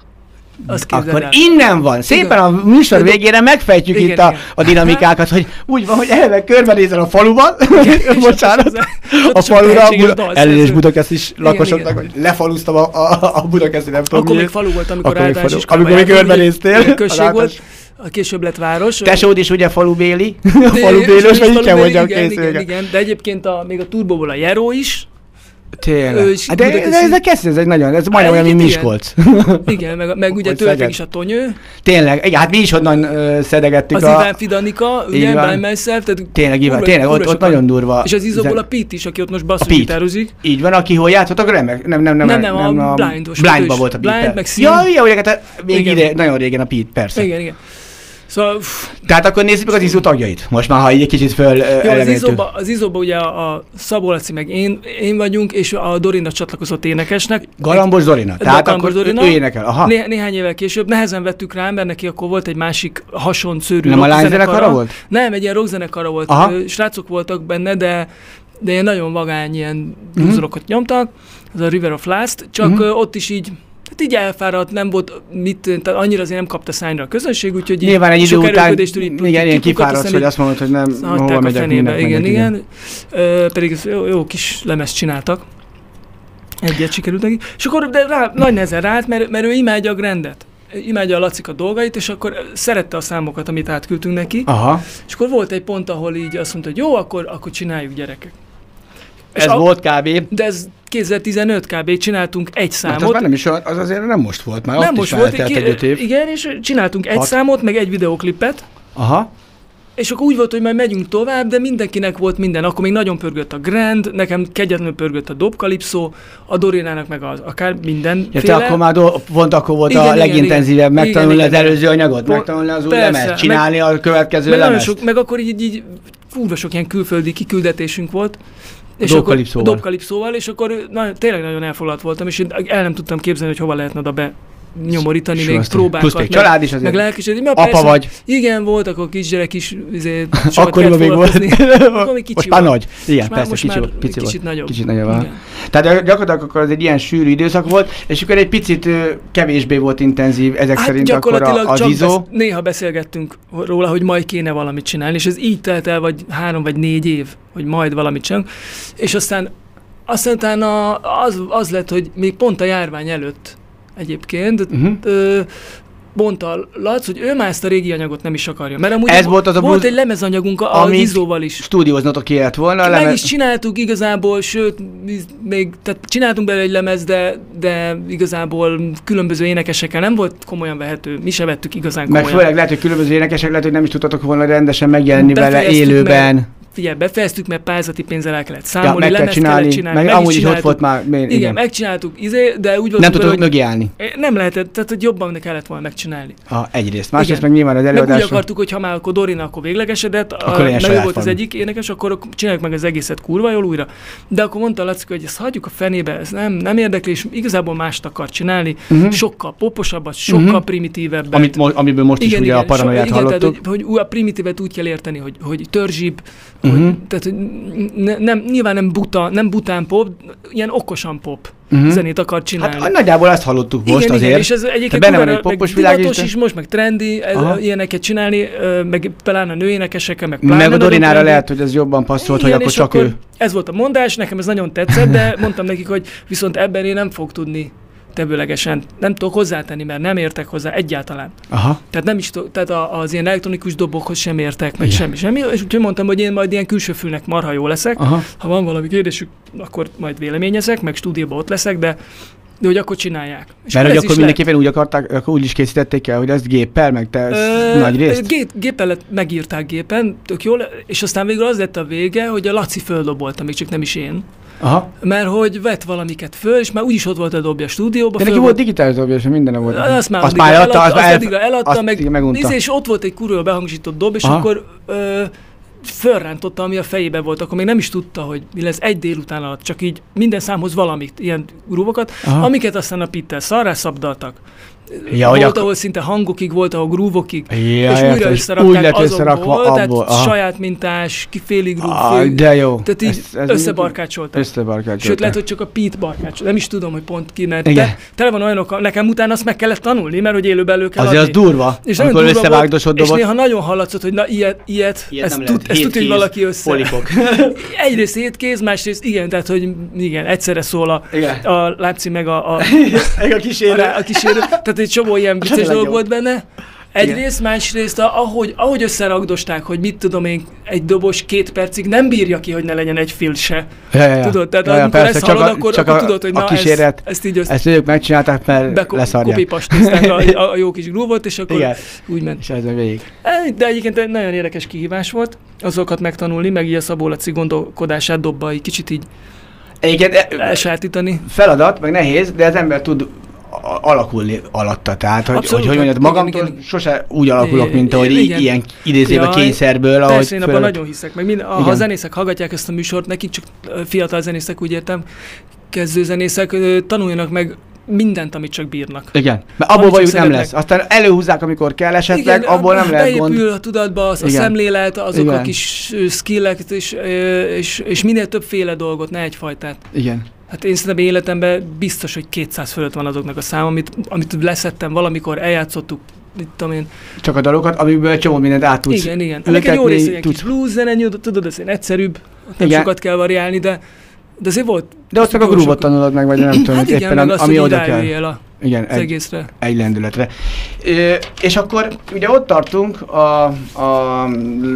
Akkor el. Innen van. Szépen igen. A műsor végére megfejtjük igen, itt a, a dinamikákat, hogy úgy van, hogy eleve körbenézel a faluban, bocsánat, a falura, ellenés Budakeszt is lakosoknak, hogy lefaluztam a, a, a Budakeszt, nem tudom akkor még falu volt, amikor általános iskolába amikor még körbenéztél. Község volt, később lett város. Tesód is ugye falubéli, falubélős, vagy így kell mondjam készülni. Igen, de egyébként még a Turbóból a Jero is. Tényleg. Hát de, de ez a Keszin, ez egy nagyon, ez majdnem olyan, mint Miskolc. Igen, meg, meg ugye töltek is a Tonyő. Tényleg, igen, hát mi is onnan uh, szedegettük az a... Az Iván Fidanika, ugye, By Myself, tehát... Tényleg, Iván, tényleg, ott, ott nagyon durva. És az Izzóból a Pete is, aki ott most basszusgitározik. Így van, aki hol játszottak, remek, nem, nem, nem, nem, nem, nem, a Blindos. Blindban volt a Pete. Blind, meg Szín. Ja, igen, ugye, hát még ide, nagyon régen a Pete, persze. Igen, igen. Szóval, tehát akkor nézzük meg az Izzó tagjait. Most már, ha így egy kicsit föl elementünk. Az Izzóba ugye a, a Szabó Laci meg én, én vagyunk, és a Dorina csatlakozott énekesnek. Galambos Dorina. Tehát akkor Dorina. Ő énekel. Aha. Né- néhány évvel később nehezen vettük rá, mert neki akkor volt egy másik hasonló szőrű nem a lányzenekara volt? Nem, egy ilyen rockzenekara volt. Aha. Srácok voltak benne, de, de ilyen nagyon vagány ilyen bluesrockot mm-hmm. nyomtak. Ez a River of Last. Csak mm-hmm. ott is így hát így elfáradt, nem volt mit, tehát annyira azért nem kapta szányra a közönség, úgyhogy nyilván egy idő után, igen, ilyen kifáradt, hogy azt mondod, hogy nem, hova megyek, minek igen, megyek, igen. Ö, pedig jó, jó kis lemezt csináltak. Egyet sikerült neki. És akkor de rá, nagy nehezen ráállt, mert, mert ő imádja a grandet. Imádja a Lacik a dolgait, és akkor szerette a számokat, amit átküldtünk neki. Aha. És akkor volt egy pont, ahol így azt mondta, hogy jó, akkor, akkor csináljuk, gyerekek. Ez a, volt kb. De ez kétezer-tizenöt kb. Csináltunk egy számot. Hát az, nem is, az azért nem most volt, már nem ott most is volt, egy öt év. Igen, és csináltunk egy Hat. számot, meg egy videoklipet. Aha. És akkor úgy volt, hogy majd megyünk tovább, de mindenkinek volt minden. Akkor még nagyon pörgött a Grand, nekem kegyetlenül pörgött a Dope Calypsó, a Dorinának meg az, akár mindenféle. Ja, te akkor már do, pont akkor volt igen, a legintenzívebb megtanulni igen, az igen. előző anyagot, megtanulni az új lemezt, csinálni meg, a következő meg lemezt. Sok, meg akkor így, így fúrva sok ilyen külföldi kiküldetésünk volt. És Dobkalipszóval. akkor Dobkalipszóval, és akkor na, tényleg nagyon elfoglalt voltam, és én el nem tudtam képzelni, hogy hova lehetne oda be nyomorítani, S- még s- próbákat. plusz még család is azért. Meg lelkesedni. Apa persze, vagy. Igen, volt, akkor kisgyerek is, izé, sokat Akkoriban kellett még volt. foglalkozni. Akkor még kicsi Most már volt. nagy. Igen, Most már- persze, most kicsi, már volt, pici kicsit volt. nagyobb. Kicsit nagyobb. aha. Igen. Tehát gyakorlatilag akkor az egy ilyen sűrű időszak volt, és akkor egy picit ö, kevésbé volt intenzív ezek Hát szerint akkor a, gyakorlatilag az csak izó. besz- néha beszélgettünk róla, hogy majd kéne valamit csinálni, és ez így telt el, vagy három vagy négy év, hogy majd valamit csinálunk, és aztán aztán utána az, az lett, hogy még pont a járvány előtt egyébként, Uh-huh. ö, mondta Lac, hogy ő már ezt a régi anyagot nem is akarja. Mert amúgy Ez volt az a volt blues- egy lemezanyagunk a, a amit Izóval is. Stúdióznotok kellett volna. Meg leme- is csináltuk igazából, sőt, még tehát csináltunk belőle egy lemez, de, de igazából különböző énekesekkel nem volt komolyan vehető. Mi se vettük igazán Meg komolyan. főleg lehet, hogy különböző énekesek lehet, hogy nem is tudtatok volna rendesen megjelenni vele Befejeztük, élőben. mert- Figyelj, befejeztük, mert pályázati pénzzel el kellett Ja, számolni, meg kell lemezt csinálni, kellett csinálni, meg meg amúgy is is ott csináltuk. volt már. Igen, Igen, megcsináltuk, izé, de úgy volt, nem tudtok mögé állni. nem lehetett, tehát hogy jobban kellett volna megcsinálni. Ah, egyrészt. Másrészt Igen. meg nyilván az Meg úgy előadásra. akartuk, hogy ha már akkor Dorina akkor véglegesedett, Akkor a, legyen meg ő saját volt az valami. egyik énekes, akkor csináljuk meg az egészet kurva jól újra. De akkor mondta Laci, hogy ezt hagyjuk a fenébe, ez nem, nem érdekli, és igazából mást akar csinálni, Mhm. sokkal poposabbat, sokkal Mhm. primitívebben. Amit, mo- amiből most is ugye a so- paranoiát igen, hallottuk. tehát, hogy, hogy a primitívet úgy kell érteni, hogy, hogy törzsibb, Mhm. hogy, tehát hogy ne, nem, nyilván nem buta, nem bután pop, ilyen okosan pop Mhm. zenét akar csinálni. Hát nagyjából ezt hallottuk most igen, azért. igen, és ez Tehát egyébként benne van kurva- egy meg popos világ is, divatos de- is most, meg trendi, ez, Aha. ilyeneket csinálni, ö, meg pláne a nőénekesekkel, meg pláne Meg a nagyon Dorinára trendi. lehet, hogy ez jobban passzolt, hogy Igen, akkor és csak ő. Ez volt a mondás, nekem ez nagyon tetszett, de mondtam nekik, hogy viszont ebben én nem fog tudni tevőlegesen, nem tudok hozzátenni, mert nem értek hozzá egyáltalán. Aha. Tehát nem is tudok, tehát a- az ilyen elektronikus dobokhoz sem értek, meg Igen. semmi, semmi, és úgyhogy mondtam, hogy én majd ilyen külső fülnek marha jó leszek. Aha. Ha van valami kérdésük, akkor majd véleményezek, meg stúdióban ott leszek, de de hogy akkor csinálják. És Mert hogy ez akkor is mindenképpen úgy akarták, akkor úgy is készítették el, hogy ezt géppel, meg te ezt Ö, nagy részt. Gép, géppel lett, megírták gépen, tök jól, és aztán végül az lett a vége, hogy a Laci földobolta, még csak nem is én. Aha. Mert hogy vett valamiket föl, és már úgyis ott volt a dobja a stúdióba. De neki föl volt digitális dobja, és minden volt. Azt már azt addigra már eladta, eladta, azt már azt el- addigra eladta, azt meg, igen, megunta. íz- és ott volt egy kurva behangosított dob, és Aha. akkor ö, fölrántotta, ami a fejébe volt, akkor még nem is tudta, hogy mi lesz egy délután alatt, csak így minden számhoz valamit, ilyen grúvokat, Aha. amiket aztán a Pittel szarrá szabdaltak. Ja, hogy volt, akkor- ahol szinte hangokig, volt, ahol grúvokig, Ja, és értem, újra és összerakták úgy lett azokból, összerakva tehát abból, aha. saját mintás, ki félig grúv, Ah, félig, de jó. tehát így Ez- ez összebarkácsoltak. Összebarkácsoltak. Sőt, lehet, hogy csak a Pete barkácsol. Nem is tudom, hogy pont ki, mert Igen. te, tele van olyanok, nekem utána azt meg kellett tanulni, mert hogy élőben elő kell Azért az adni. durva, És nagyon amikor durva összevágdosod volt, és dobot. néha nagyon hallatszott, hogy na ilyet, ilyet, Ilyet ezt, nem tud, lehet. ezt tudja, hogy Hétkéz valaki össze. polipok. Egyrészt hétkéz, másrészt igen, tehát hogy igen, egyszerre szól a, Igen. a Lápci meg a, a, Meg a kísérő. a, a kísérő. Tehát egy csomó ilyen vicces legjobb. dolog volt benne. Egyrészt, másrészt, a- ahogy, ahogy összeragdosták, hogy mit tudom én, egy dobos két percig nem bírja ki, hogy ne legyen egy fil se. Ja, ja, ja. Tudod, tehát ja, ja, amikor persze, ezt csak hallod, a, akkor, csak akkor a, tudod, hogy a na, kíséret, ezt, ezt így össze... ezt ők megcsinálták, mert Beko- leszarják. kopipastizták a, a jó kis grúvot, és akkor Igen. úgy ment. És ez meg végig. De egyébként egy nagyon érdekes kihívás volt, azokat megtanulni, meg így a Szabó Laci gondolkodását dobba, egy kicsit így Egyébként e- elsajátítani. feladat, meg nehéz, de az ember tud a- alakulni alatta. Tehát, hogy, Abszolút, hogy, hogy mondjad, igen, magamtól igen. sose úgy alakulok, mint ahogy Igen. í- ilyen idézőben Jaj, kényszerből, ahogy Persze, én abban föl- nagyon hiszek. Meg minden, ha Igen. a zenészek hallgatják ezt a műsort, nekik csak ö, fiatal zenészek, úgy értem, kezdő zenészek, ö, tanuljanak meg mindent, amit csak bírnak. Igen, mert abból Amit bajuk csak nem szeretnek. lesz. Aztán előhúzzák, amikor kell esetleg, Igen, abból nem lehet beépül gond. a tudatba az a Igen. szemlélet, azok Igen. a kis ö, skillek, és, ö, és, és minél többféle dolgot, ne egyfajtát. Igen. Hát én szerintem életemben biztos, hogy kétszáz fölött van azoknak a szám, amit, amit leszettem valamikor, eljátszottuk, mit tudom én. Csak a dalokat, amikből egy csomó mindent át tudsz Igen, igen. Ennek egy jó ültetni, része ilyen tudsz. kis blues zene, tudod, ez ilyen egyszerűbb, nem Igen. sokat kell variálni, de, de azért volt. De ott meg a jó grúvot sok- tanulod meg, vagy nem tudom, Hát igen, éppen meg a- azt, ami hogy oda így kell. rájöjjél a- Igen, az egy, egészre. egy lendületre. Ö, és akkor ugye ott tartunk, a, a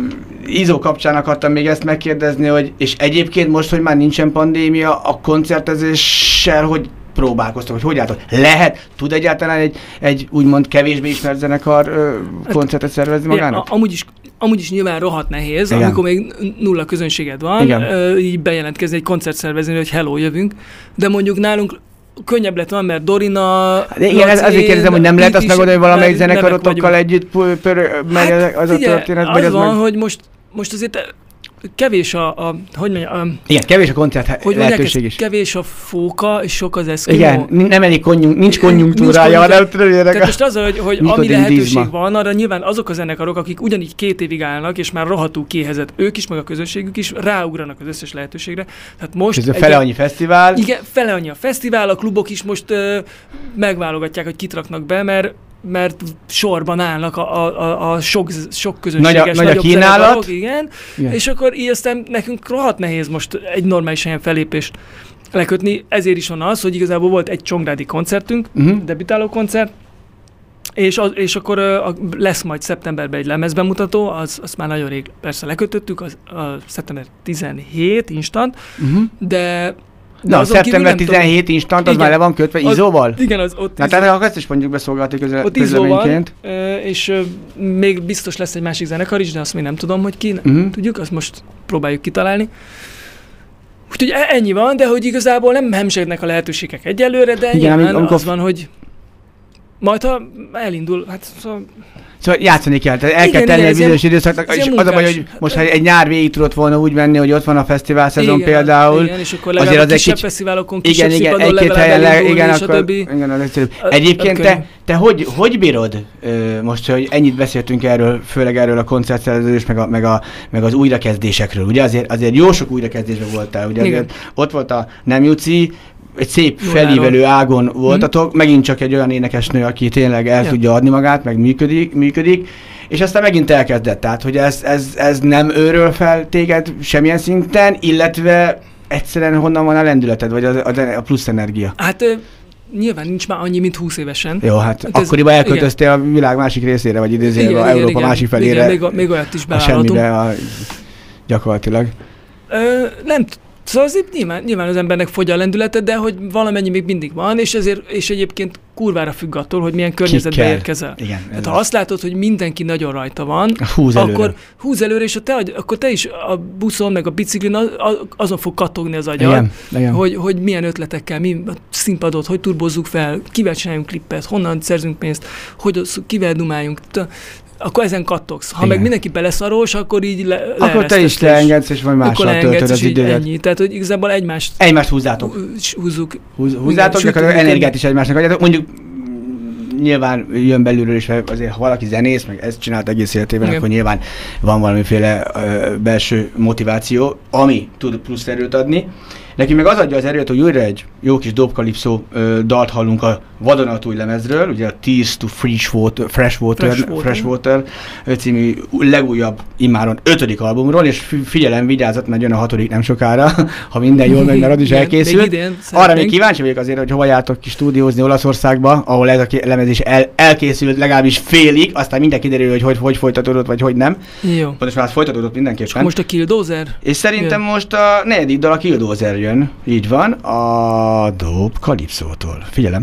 Izó kapcsán akartam még ezt megkérdezni, hogy és egyébként most, hogy már nincsen pandémia, a koncertezéssel hogy próbálkoztok, hogy hogy álltok? Lehet, tud egyáltalán egy, egy úgymond kevésbé ismert zenekar ö, koncertet szervezni magának? Ja, amúgy, is, amúgy is nyilván rohadt nehéz, Igen. amikor még nulla közönséged van, Igen. ö, így bejelentkezni egy koncert szervezni, hogy hello, jövünk, de mondjuk nálunk könnyebb lett van, mert Dorina... De igen, ez, azért kérdezem, hogy nem lehet azt is megoldani, hogy valamelyik ne- nevek zenekarotokkal vagyunk. együtt pö- pör, megy Hát, az a figyelj, történet, az vagy az van, meg... hogy most, most azért kevés a, a hogy mondjam, a, igen, kevés a koncert hogy lehetőség is. Kevés a fóka, és sok az eszkimó. Igen, nem elég konjunk, nincs konjunktúrája, nem tudom, tehát most az, hogy, hogy ami Nikotin lehetőség dízma. van, arra nyilván azok a zenekarok, akik ugyanígy két évig állnak, és már rohadtul kiéhezett, ők is, meg a közönségük is ráugranak az összes lehetőségre. Tehát most ez a fele annyi fesztivál. Igen, fele annyi a fesztivál, a klubok is most ö, megválogatják, hogy kit raknak be, mert mert sorban állnak a, a, a, a sok, sok közönséges, nagy a, nagy a nagyobb kínálat. zenekarok, igen, igen, és akkor így aztán nekünk rohadt nehéz most egy normális helyen felépést lekötni, ezért is van az, hogy igazából volt egy csongrádi koncertünk, uh-huh. debütáló koncert, és, az, és akkor uh, lesz majd szeptemberben egy lemezbemutató, az, azt már nagyon rég persze lekötöttük, az a szeptember tizenhét instant, uh-huh. de De Na, szeptember tizenhét instant, az igen, már le van kötve izóval? Az, igen, az ott Na, tehát akkor ezt is mondjuk beszolgálni közle, ott közleményként. Ott izó van, és még biztos lesz egy másik zenekar is, de azt még nem tudom, hogy ki, uh-huh. tudjuk, azt most próbáljuk kitalálni. Úgyhogy ennyi van, de hogy igazából nem hemzsegnek a lehetőségek egyelőre, de igen, nyilván amikor... az van, hogy majd ha elindul, hát szóval... Szóval játszani kell, tehát el igen, kell tenni egy bizonyos időszaknak, és az a baj, hogy most ha egy nyár végig tudott volna úgy menni, hogy ott van a fesztivál szezon igen, például. Igen, és akkor legalább azért a kisebb kicsi... fesztiválokon, kisebb igen, színpadon igen, legalább elindulni, igen, és a többi. Igen, az egyszerűbb. Egyébként te, te hogy, hogy bírod ö, most, hogy ennyit beszéltünk erről, főleg erről a koncertszervezés, meg, a, meg, a, meg az újrakezdésekről, ugye azért, azért jó sok újrakezdésben voltál, ugye azért ott volt a Nem Juci, egy szép Jól felívelő áron. ágon voltatok, mm. megint csak egy olyan énekesnő, aki tényleg el ja. tudja adni magát, meg működik, működik, és aztán megint elkezdett, tehát hogy ez, ez, ez nem őről fel téged semmilyen szinten, illetve egyszerűen honnan van a lendületed, vagy a, a plusz energia? Hát ö, nyilván nincs már annyi, mint húsz évesen. Jó, hát, hát akkoriban elköltöztél igen. a világ másik részére, vagy idézőjelben Európa igen, másik felére. Igen, még, még olyat is bevállaltunk. A semmibe, a, gyakorlatilag. Ö, nem Szóval azért nyilván, nyilván az embernek fogy a lendülete, de hogy valamennyi még mindig van, és ezért, és egyébként kurvára függ attól, hogy milyen környezetbe érkezel. Igen, hát ha azt látod, hogy mindenki nagyon rajta van, húz akkor húz előre, és te, akkor te is a buszon, meg a biciklin azon fog kattogni az agyad, igen, igen. Hogy, hogy milyen ötletekkel, mi a színpadot, hogy turbozzuk fel, kivel csináljunk klippet, honnan szerzünk pénzt, hogy kivel dumáljunk. Akkor ezen kattogsz. Ha igen. meg mindenki beleszarós, akkor így le, akkor te is leengedsz, és vagy mással töltöd az idődet. Ennyi. Tehát, hogy igazából egymást... Egymást húzzátok. Húzzuk. Húz, húzzátok, de akkor energiát is egymásnak adjátok. Mondjuk nyilván jön belülről is, mert azért ha valaki zenész, meg ezt csinált egész életében, igen. akkor nyilván van valamiféle ö, belső motiváció, ami tud plusz erőt adni. Neki meg az adja az erőt, hogy újra egy jó kis dobkalipszó ö, dalt hallunk a vadonatúj lemezről, ugye a Tears to Fresh Water, Fresh Water, Fresh Water, Fresh Water című legújabb, immáron ötödik albumról, és figyelem, vigyázat, mert jön a hatodik nem sokára, ha minden jól megy, mert az is elkészült. Idén, arra még kíváncsi vagyok azért, hogy hova jártok ki stúdiózni Olaszországba, ahol ez a lemez is el, elkészült legalábbis félig, aztán minden kiderül, hogy hogy, hogy folytatódott, vagy hogy nem. Jó. Most már folytatódott mindenképpen. És most a Killdozer? És szerintem jön. Most a negyedik dal a Killdozer jön, így van, a Dope Calypso-tól. Figyelem!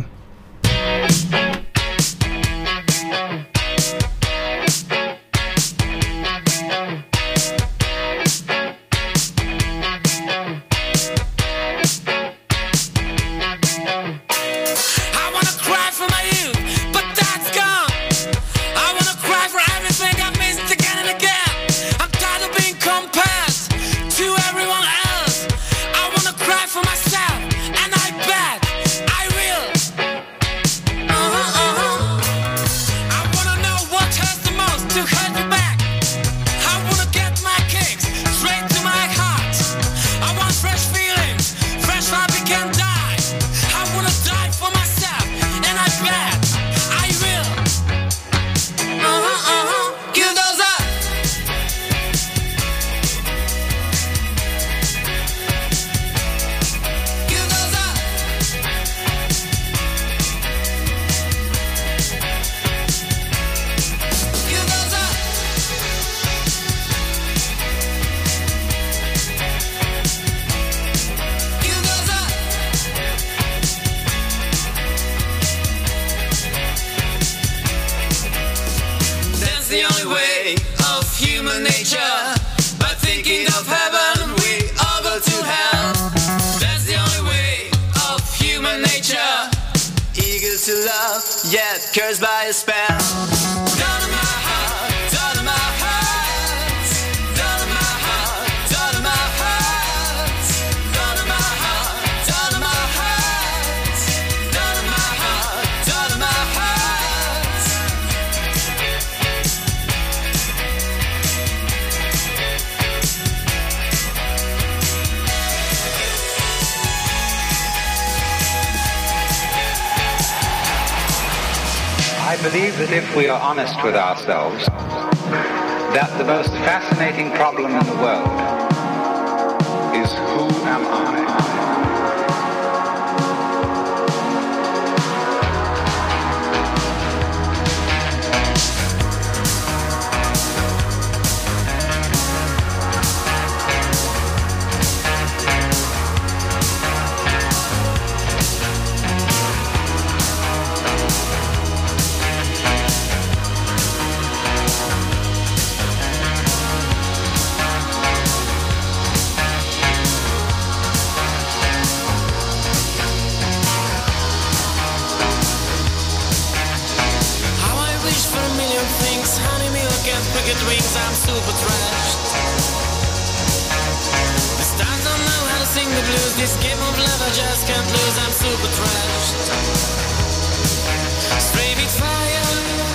Cursed by a spell. Down in my heart, down in my heart, down in my heart, I believe that if we are honest with ourselves, that the most fascinating problem in the world is who am I? Wings, I'm super trashed. The stars don't know how to sing the blues. This game of love I just can't lose. I'm super trashed. Stray beat fire,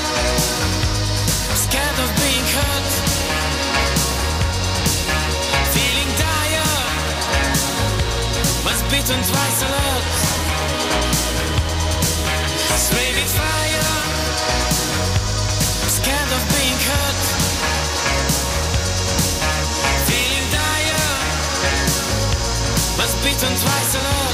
scared of being hurt, feeling dire, was beaten twice alert. Stray beat fire, scared of being hurt, was beaten twice alert.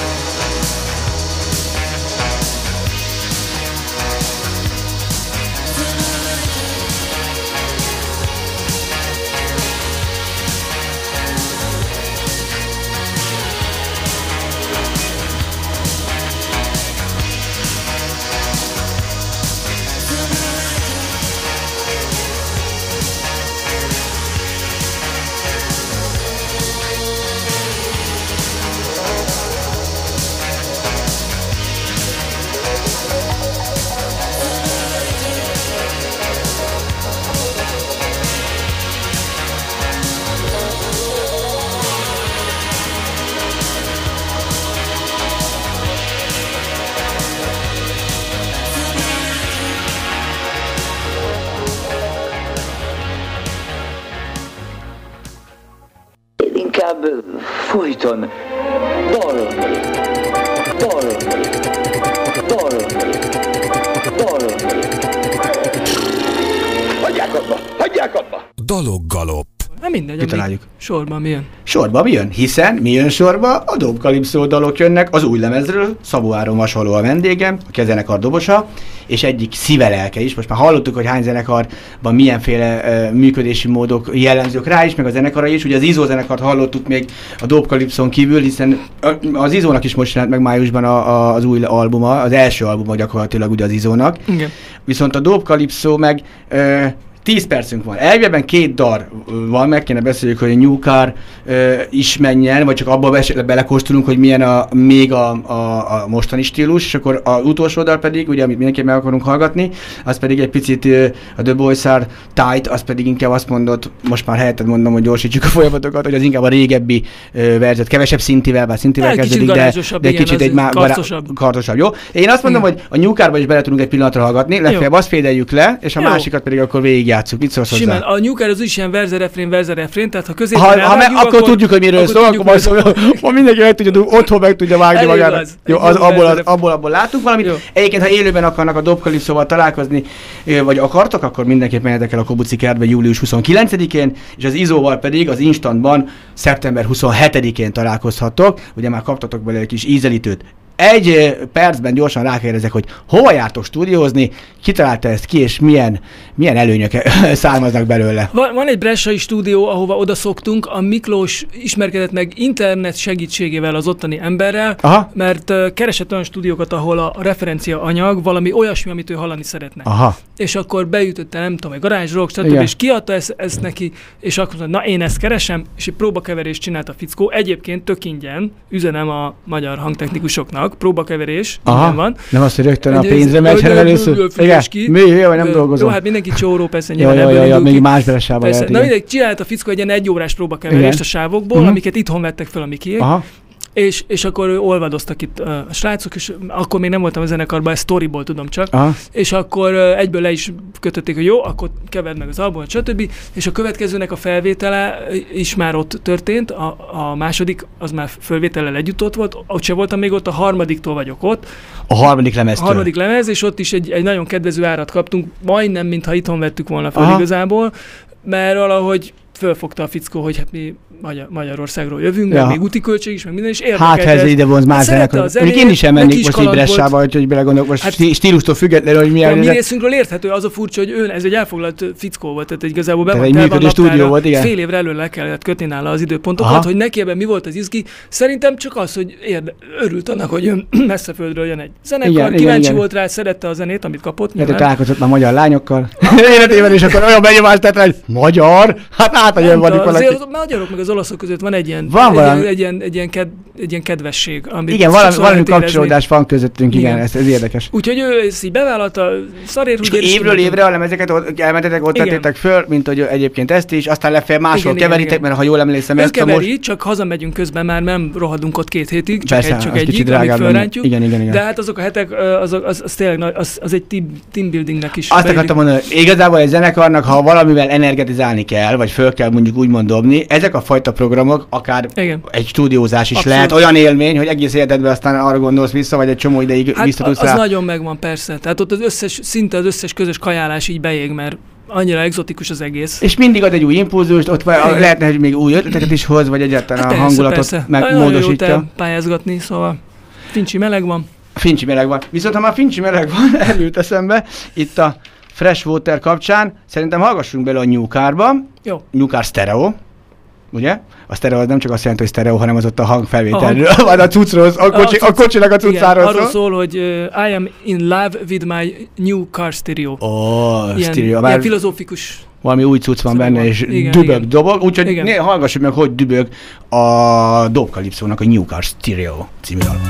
Inkább folyton dalolni, dalolni, dalolni, dalolni. Hagyják abba! Hagyják abba! Daloggalop. Nem mindegy, Kitaláljuk. Sorban mi jön. Sorba mi jön? Hiszen mi jön sorba? A Dob Calypso dalok jönnek az új lemezről. Szabó Áron Vasaló a vendégem, a zenekar dobosa, és egyik szívelelke is. Most már hallottuk, hogy hány zenekarban milyenféle uh, működési módok jellemzők rá is, meg a zenekara is. Ugye az Izó zenekart hallottuk még a Dob Calypson kívül, hiszen az Izónak is most jelent meg májusban a, a, az új albuma, az első albuma gyakorlatilag ugye az Izónak. Igen. Viszont a Dob Calypso meg uh, tíz percünk van. Elvében két dar van, meg kéne beszéljük, hogy a New Car uh, is menjen, vagy csak abba be- belekóstolunk, hogy milyen a, még a, a, a mostani stílus, és akkor az utolsó dal pedig, ugye, amit mindenképp meg akarunk hallgatni, az pedig egy picit uh, a The Boys Are Tight, az pedig inkább azt mondod, most már helyetted mondom, hogy gyorsítsuk a folyamatokat, hogy az inkább a régebbi uh, verziót, kevesebb szintivel, bár szintivel kezdődik, de, de egy kicsit egy már kartosabb. kartosabb. Jó? Én azt mondom, hogy a New Carba is bele tudunk egy pillanatra hallgatni, legfeljebb azt fédeljük le, és a Jó. másikat pedig akkor végigjátszuk. Mit szólsz hozzá? Simán, a New Car az is ilyen verze-refrén, verze-refrén, tehát ha középen Ha, ha elvágjuk, me, akkor, akkor tudjuk, hogy miről szól, akkor majd szól, ha mindenki meg tudja, otthon meg tudja vágni Elég magára. az. Jó, az, abból, az, abból, abból látunk valamit. Jó. Egyébként, ha élőben akarnak a Dob Calypsoval találkozni, vagy akartok, akkor mindenképp menjetek el a Kobuci kertbe július huszonkilencedikén, és az Izóval pedig az Instantban szeptember huszonhetedikén találkozhattok. Ugye már kaptatok belőle egy kis ízelítőt. Egy percben gyorsan rákérdezek, hogy hova jártok stúdiózni, kitalálta ezt ki, és milyen, milyen előnyök származnak belőle. Van, van egy bressai stúdió, ahova oda szoktunk, a Miklós ismerkedett meg internet segítségével az ottani emberrel, Aha. mert uh, keresett olyan stúdiókat, ahol a referencia anyag valami olyasmi, amit ő hallani szeretne. Aha. És akkor beütötte, nem tudom, egy garázsrock, stb. Igen. És kiadta ezt, ezt neki, és akkor mondta, na én ezt keresem, és egy próbakeverést csinált a fickó. Egyébként tök ingyen, üzenem a magyar hangtechnikusoknak, próbakeverés, ingyen van. Nem azt, hogy rögtön a Egy- pénzre megy, hanem először. Igen, mi, jó, nem Ö, dolgozom. Jó, hát mindenki csóró, persze, Jó, nyilván jó, ebből jó, jó, indul még ki. más bressában Persze, lehet, na igen. mindegy, csinált a fickó egy ilyen egy órás próbakeverést Igen. a sávokból, Mhm. amiket itthon vettek fel a Mikiék, Aha. És, és akkor olvadoztak itt a srácok, és akkor még nem voltam a zenekarban, ezt storyból tudom csak, Aha. és akkor egyből le is kötötték, hogy jó, akkor keverd meg az albumot, stb. És a következőnek a felvétele is már ott történt, a, a második, az már fölvétellel együtt ott volt, ott se voltam még ott, a harmadiktól vagyok ott. A harmadik lemeztől. A harmadik lemez, és ott is egy, egy nagyon kedvező árat kaptunk, majdnem, mintha itthon vettük volna fel igazából, mert valahogy fölfogta a fickó, hogy hát mi Magyar, Magyarországról jövünk, ja. meg még úti költség is, meg minden, és érdekelt. Hát, ha ez ide vonz már zenekar. Mondjuk én is elmennék most így Bressába, hogy, hogy belegondolok, most hát, stílustól függetlenül, hogy milyen... A mi részünkről érthető, az a furcsa, hogy ő, ez egy elfoglalt fickó volt, tehát igazából be egy működő stúdió volt, igen. Fél évre előre le kellett kötni nála az időpontokat, aha. hogy neki ebben mi volt az izgi. Szerintem csak az, hogy érde, örült annak, hogy jön messzeföldről jön egy zenekar, igen, kíváncsi igen, volt igen. rá, szerette a zenét, amit kapott. Hát találkozott már magyar lányokkal. Életében is akkor olyan benyomást tett rá, hogy magyar, hát átadjon valaki valaki. A magyarok meg az olaszok között van egy ilyen, van egy, ilyen, egy, ilyen, egy, ilyen ked, egy ilyen kedvesség. Amit igen, valami, valami kapcsolódás van közöttünk, igen, igen. Ez, ez érdekes. Úgyhogy ő ezt így bevállalta, szarér, és évről évre a lemezeket ott, elmentetek, ott tettétek föl, mint hogy egyébként ezt is, aztán lefelé máshol igen, keveritek, igen, mert ha jól emlékszem, ezt keveri, most... csak hazamegyünk közben, már nem rohadunk ott két hétig, csak persze, egy, csak egyik, amíg fölrántjuk. Igen, igen, igen. De hát azok a hetek, az, az, az tényleg az, az egy team, team buildingnek is. Azt akartam mondani, igazából egy zenekarnak, ha valamivel energetizálni kell, vagy föl kell mondjuk úgymond dobni, ezek a fajta programok, akár igen. egy stúdiózás is abszolút. Lehet olyan élmény, hogy egész életedben aztán arra gondolsz vissza, vagy egy csomó ideig hát visszatudsz rá. Az nagyon megvan, persze. Tehát ott az összes, szinte az összes közös kajálás így beég, mert annyira egzotikus az egész. És mindig ad egy új impulzust, ott vagy, lehetne, hogy még új ötleteket is hoz, vagy egyáltalán hát a hangulatot megmódosítja. Nagyon jó pályázgatni, szóval Fincsi meleg van. Fincsi meleg van. Viszont ha már Fincsi meleg van, előtt eszembe, itt a Freshwater kapcsán, szerintem hallgassunk bele a New Car-ba. Jó. New Car Stereo. Ugye? A stereo az nem csak azt jelenti, hogy stereo, hanem az ott a hangfelvételről, vagy a cuccról, a, kocsi, a, cucc, a kocsinak a cuccáról szól. Arról szól, hogy uh, I am in love with my new car stereo. Ó, oh, ilyen, stereo. Ilyen filozófikus. Valami új cucc van benne, és igen, dübög, igen. dobog. Úgyhogy né, hallgassuk meg, hogy dübög a Dobcalypsónak a New Car Stereo című dal.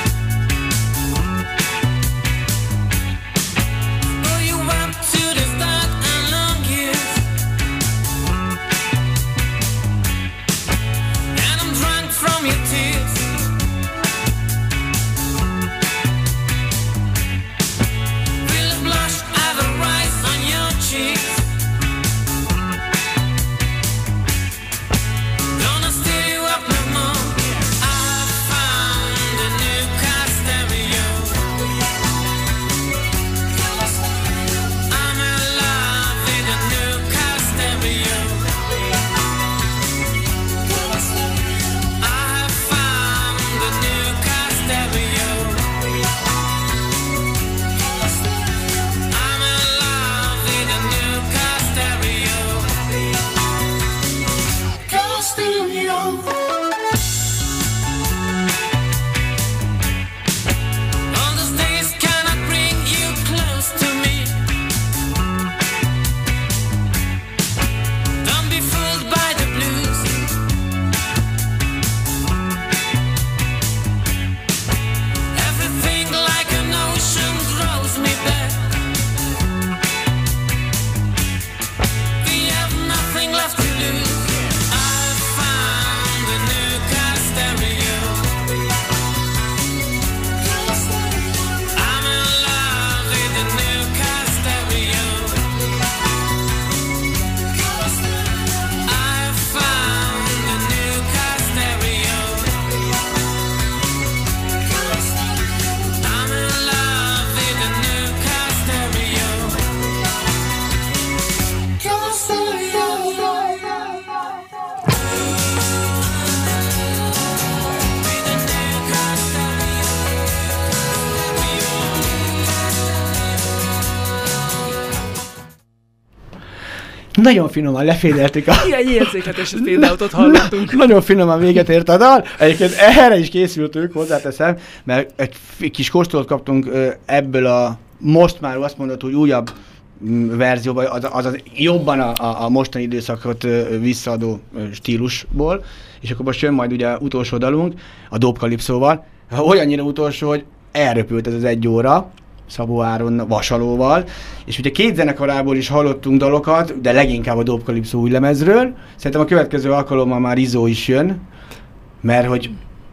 Nagyon finoman lefédeltük a... Ilyen érzéketes féldeautot hallottunk. Nagyon finoman véget ért a dal. Egyébként erre is készültünk, hozzáteszem, mert egy kis kóstolót kaptunk ebből a most már azt mondod, hogy újabb verzióban, az az, az jobban a, a mostani időszakot visszaadó stílusból, és akkor most jön majd ugye utolsó dalunk, a Dobcalypsóval, olyannyira utolsó, hogy elröpült ez az egy óra, Szabó Áron Vasalóval, és ugye két zenekarából is hallottunk dalokat, de leginkább a Dobcalypsó új lemezről. Szerintem a következő alkalommal már Izó is jön, mert hogy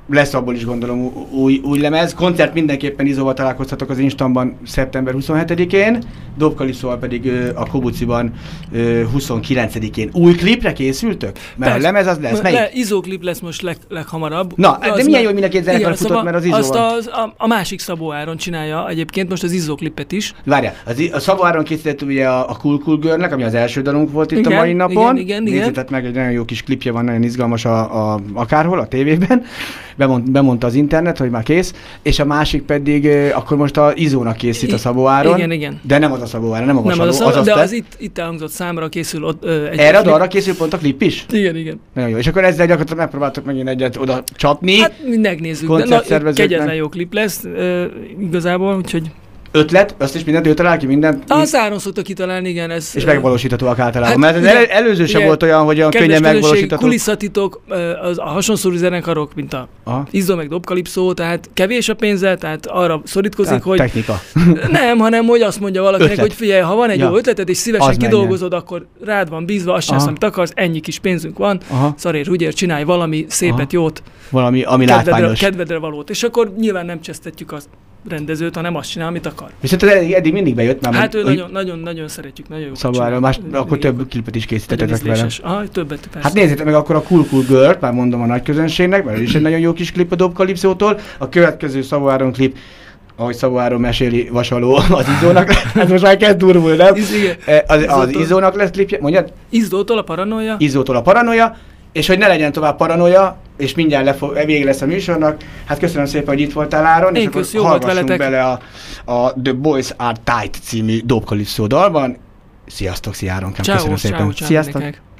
lesz abból is gondolom új, új lemez. Koncert mindenképpen Izóval találkoztatok az Instanban szeptember huszonhetedikén, Dobkalipszóval pedig ö, a Kobuciban ö, huszonkilencedikén. Új klipre készültök? Mert Persze. a lemez az lesz. Melyik? Le, Izó klip lesz most leg, leghamarabb. Na, az de milyen jó, hogy mindenki egy zenekar futott, szóval mert az Izó azt van. az, a, a másik Szabó Áron csinálja egyébként most az Izó klipet is. Várjál, az, a Szabó Áron készített ugye a, a Cool Cool Girlnek, ami az első dalunk volt itt igen, a mai napon. Igen, igen, Nézzétek meg, egy nagyon jó kis klipje van, nagyon izgalmas a, a, akárhol, a tévében. Bemond, bemondta az internet, hogy már kész. És a másik pedig, eh, akkor most a Izónak készít a Szabó Áron. Igen, igen. De nem az a Szabó Áron, nem a Nem Vasaló, az, a Szabó, az de az, az itt, itt elhangzott számra készül ott, ö, egy erre a dalra készül pont a klip is? Igen, igen. Nagyon jó. És akkor ezzel gyakorlatilag megpróbáltok megint egyet oda csapni. Hát megnézzük, de na, kegyetlen jó klip lesz ö, igazából, úgyhogy... Ötlet, azt is mindent ő talál ki, mindent. Az Áron szokta kitalálni, igen. Ez, és megvalósíthatóak általában. Hát, mert az ugye, el, előző sem volt olyan, hogy olyan könnyen megvalósítható. Kulisszatitok, az a hasonszorú zenekarok, mint a Izó meg Dobkalipszó, tehát kevés a pénze, tehát arra szorítkozik, tehát hogy... technika. Nem, hanem hogy azt mondja valakinek, ötlet. hogy figyelj, ha van egy ja. jó ötleted, és szívesen az kidolgozod, menjen. Akkor rád van bízva, azt csinálsz, amit akarsz, ennyi kis pénzünk van, aha. szarért, ügyért, csinálj valami szépet, aha. jót. Valami, ami kedvedre, látványos. Kedvedre valót. És akkor nyilván nem csesztetjük azt rendezőt, hanem azt csinál, amit akar. Viszont eddig, eddig mindig bejött. Már hát ő nagyon, nagyon, nagyon szeretjük, nagyon jó. Szabára, más, akkor több klipet is készítettetek vele. Ah, többet, persze. Hát nézzétek meg akkor a Cool Cool Girl-t, már mondom a nagy közönségnek, mert is egy nagyon jó kis klip a Dobkalipszótól. A következő Szabó Áron klip, ahogy Szabó Áron meséli, Vasaló az Izónak, ez most már kezd durvul, nem? Iz, az, az Izónak lesz klipje, mondjad? Izótól a Paranoia. Izótól a Paranoia. És hogy ne legyen tovább paranoia, és mindjárt lefo- vége lesz a műsornak. Hát köszönöm szépen, hogy itt voltál, Áron, én és kösz, akkor hallgassunk bele a, a The Boys Are Tight című Dobkalipszó dalban. Sziasztok, szia Áron, köszönöm ciao, szépen. Ciao, ciao, sziasztok. Nekek.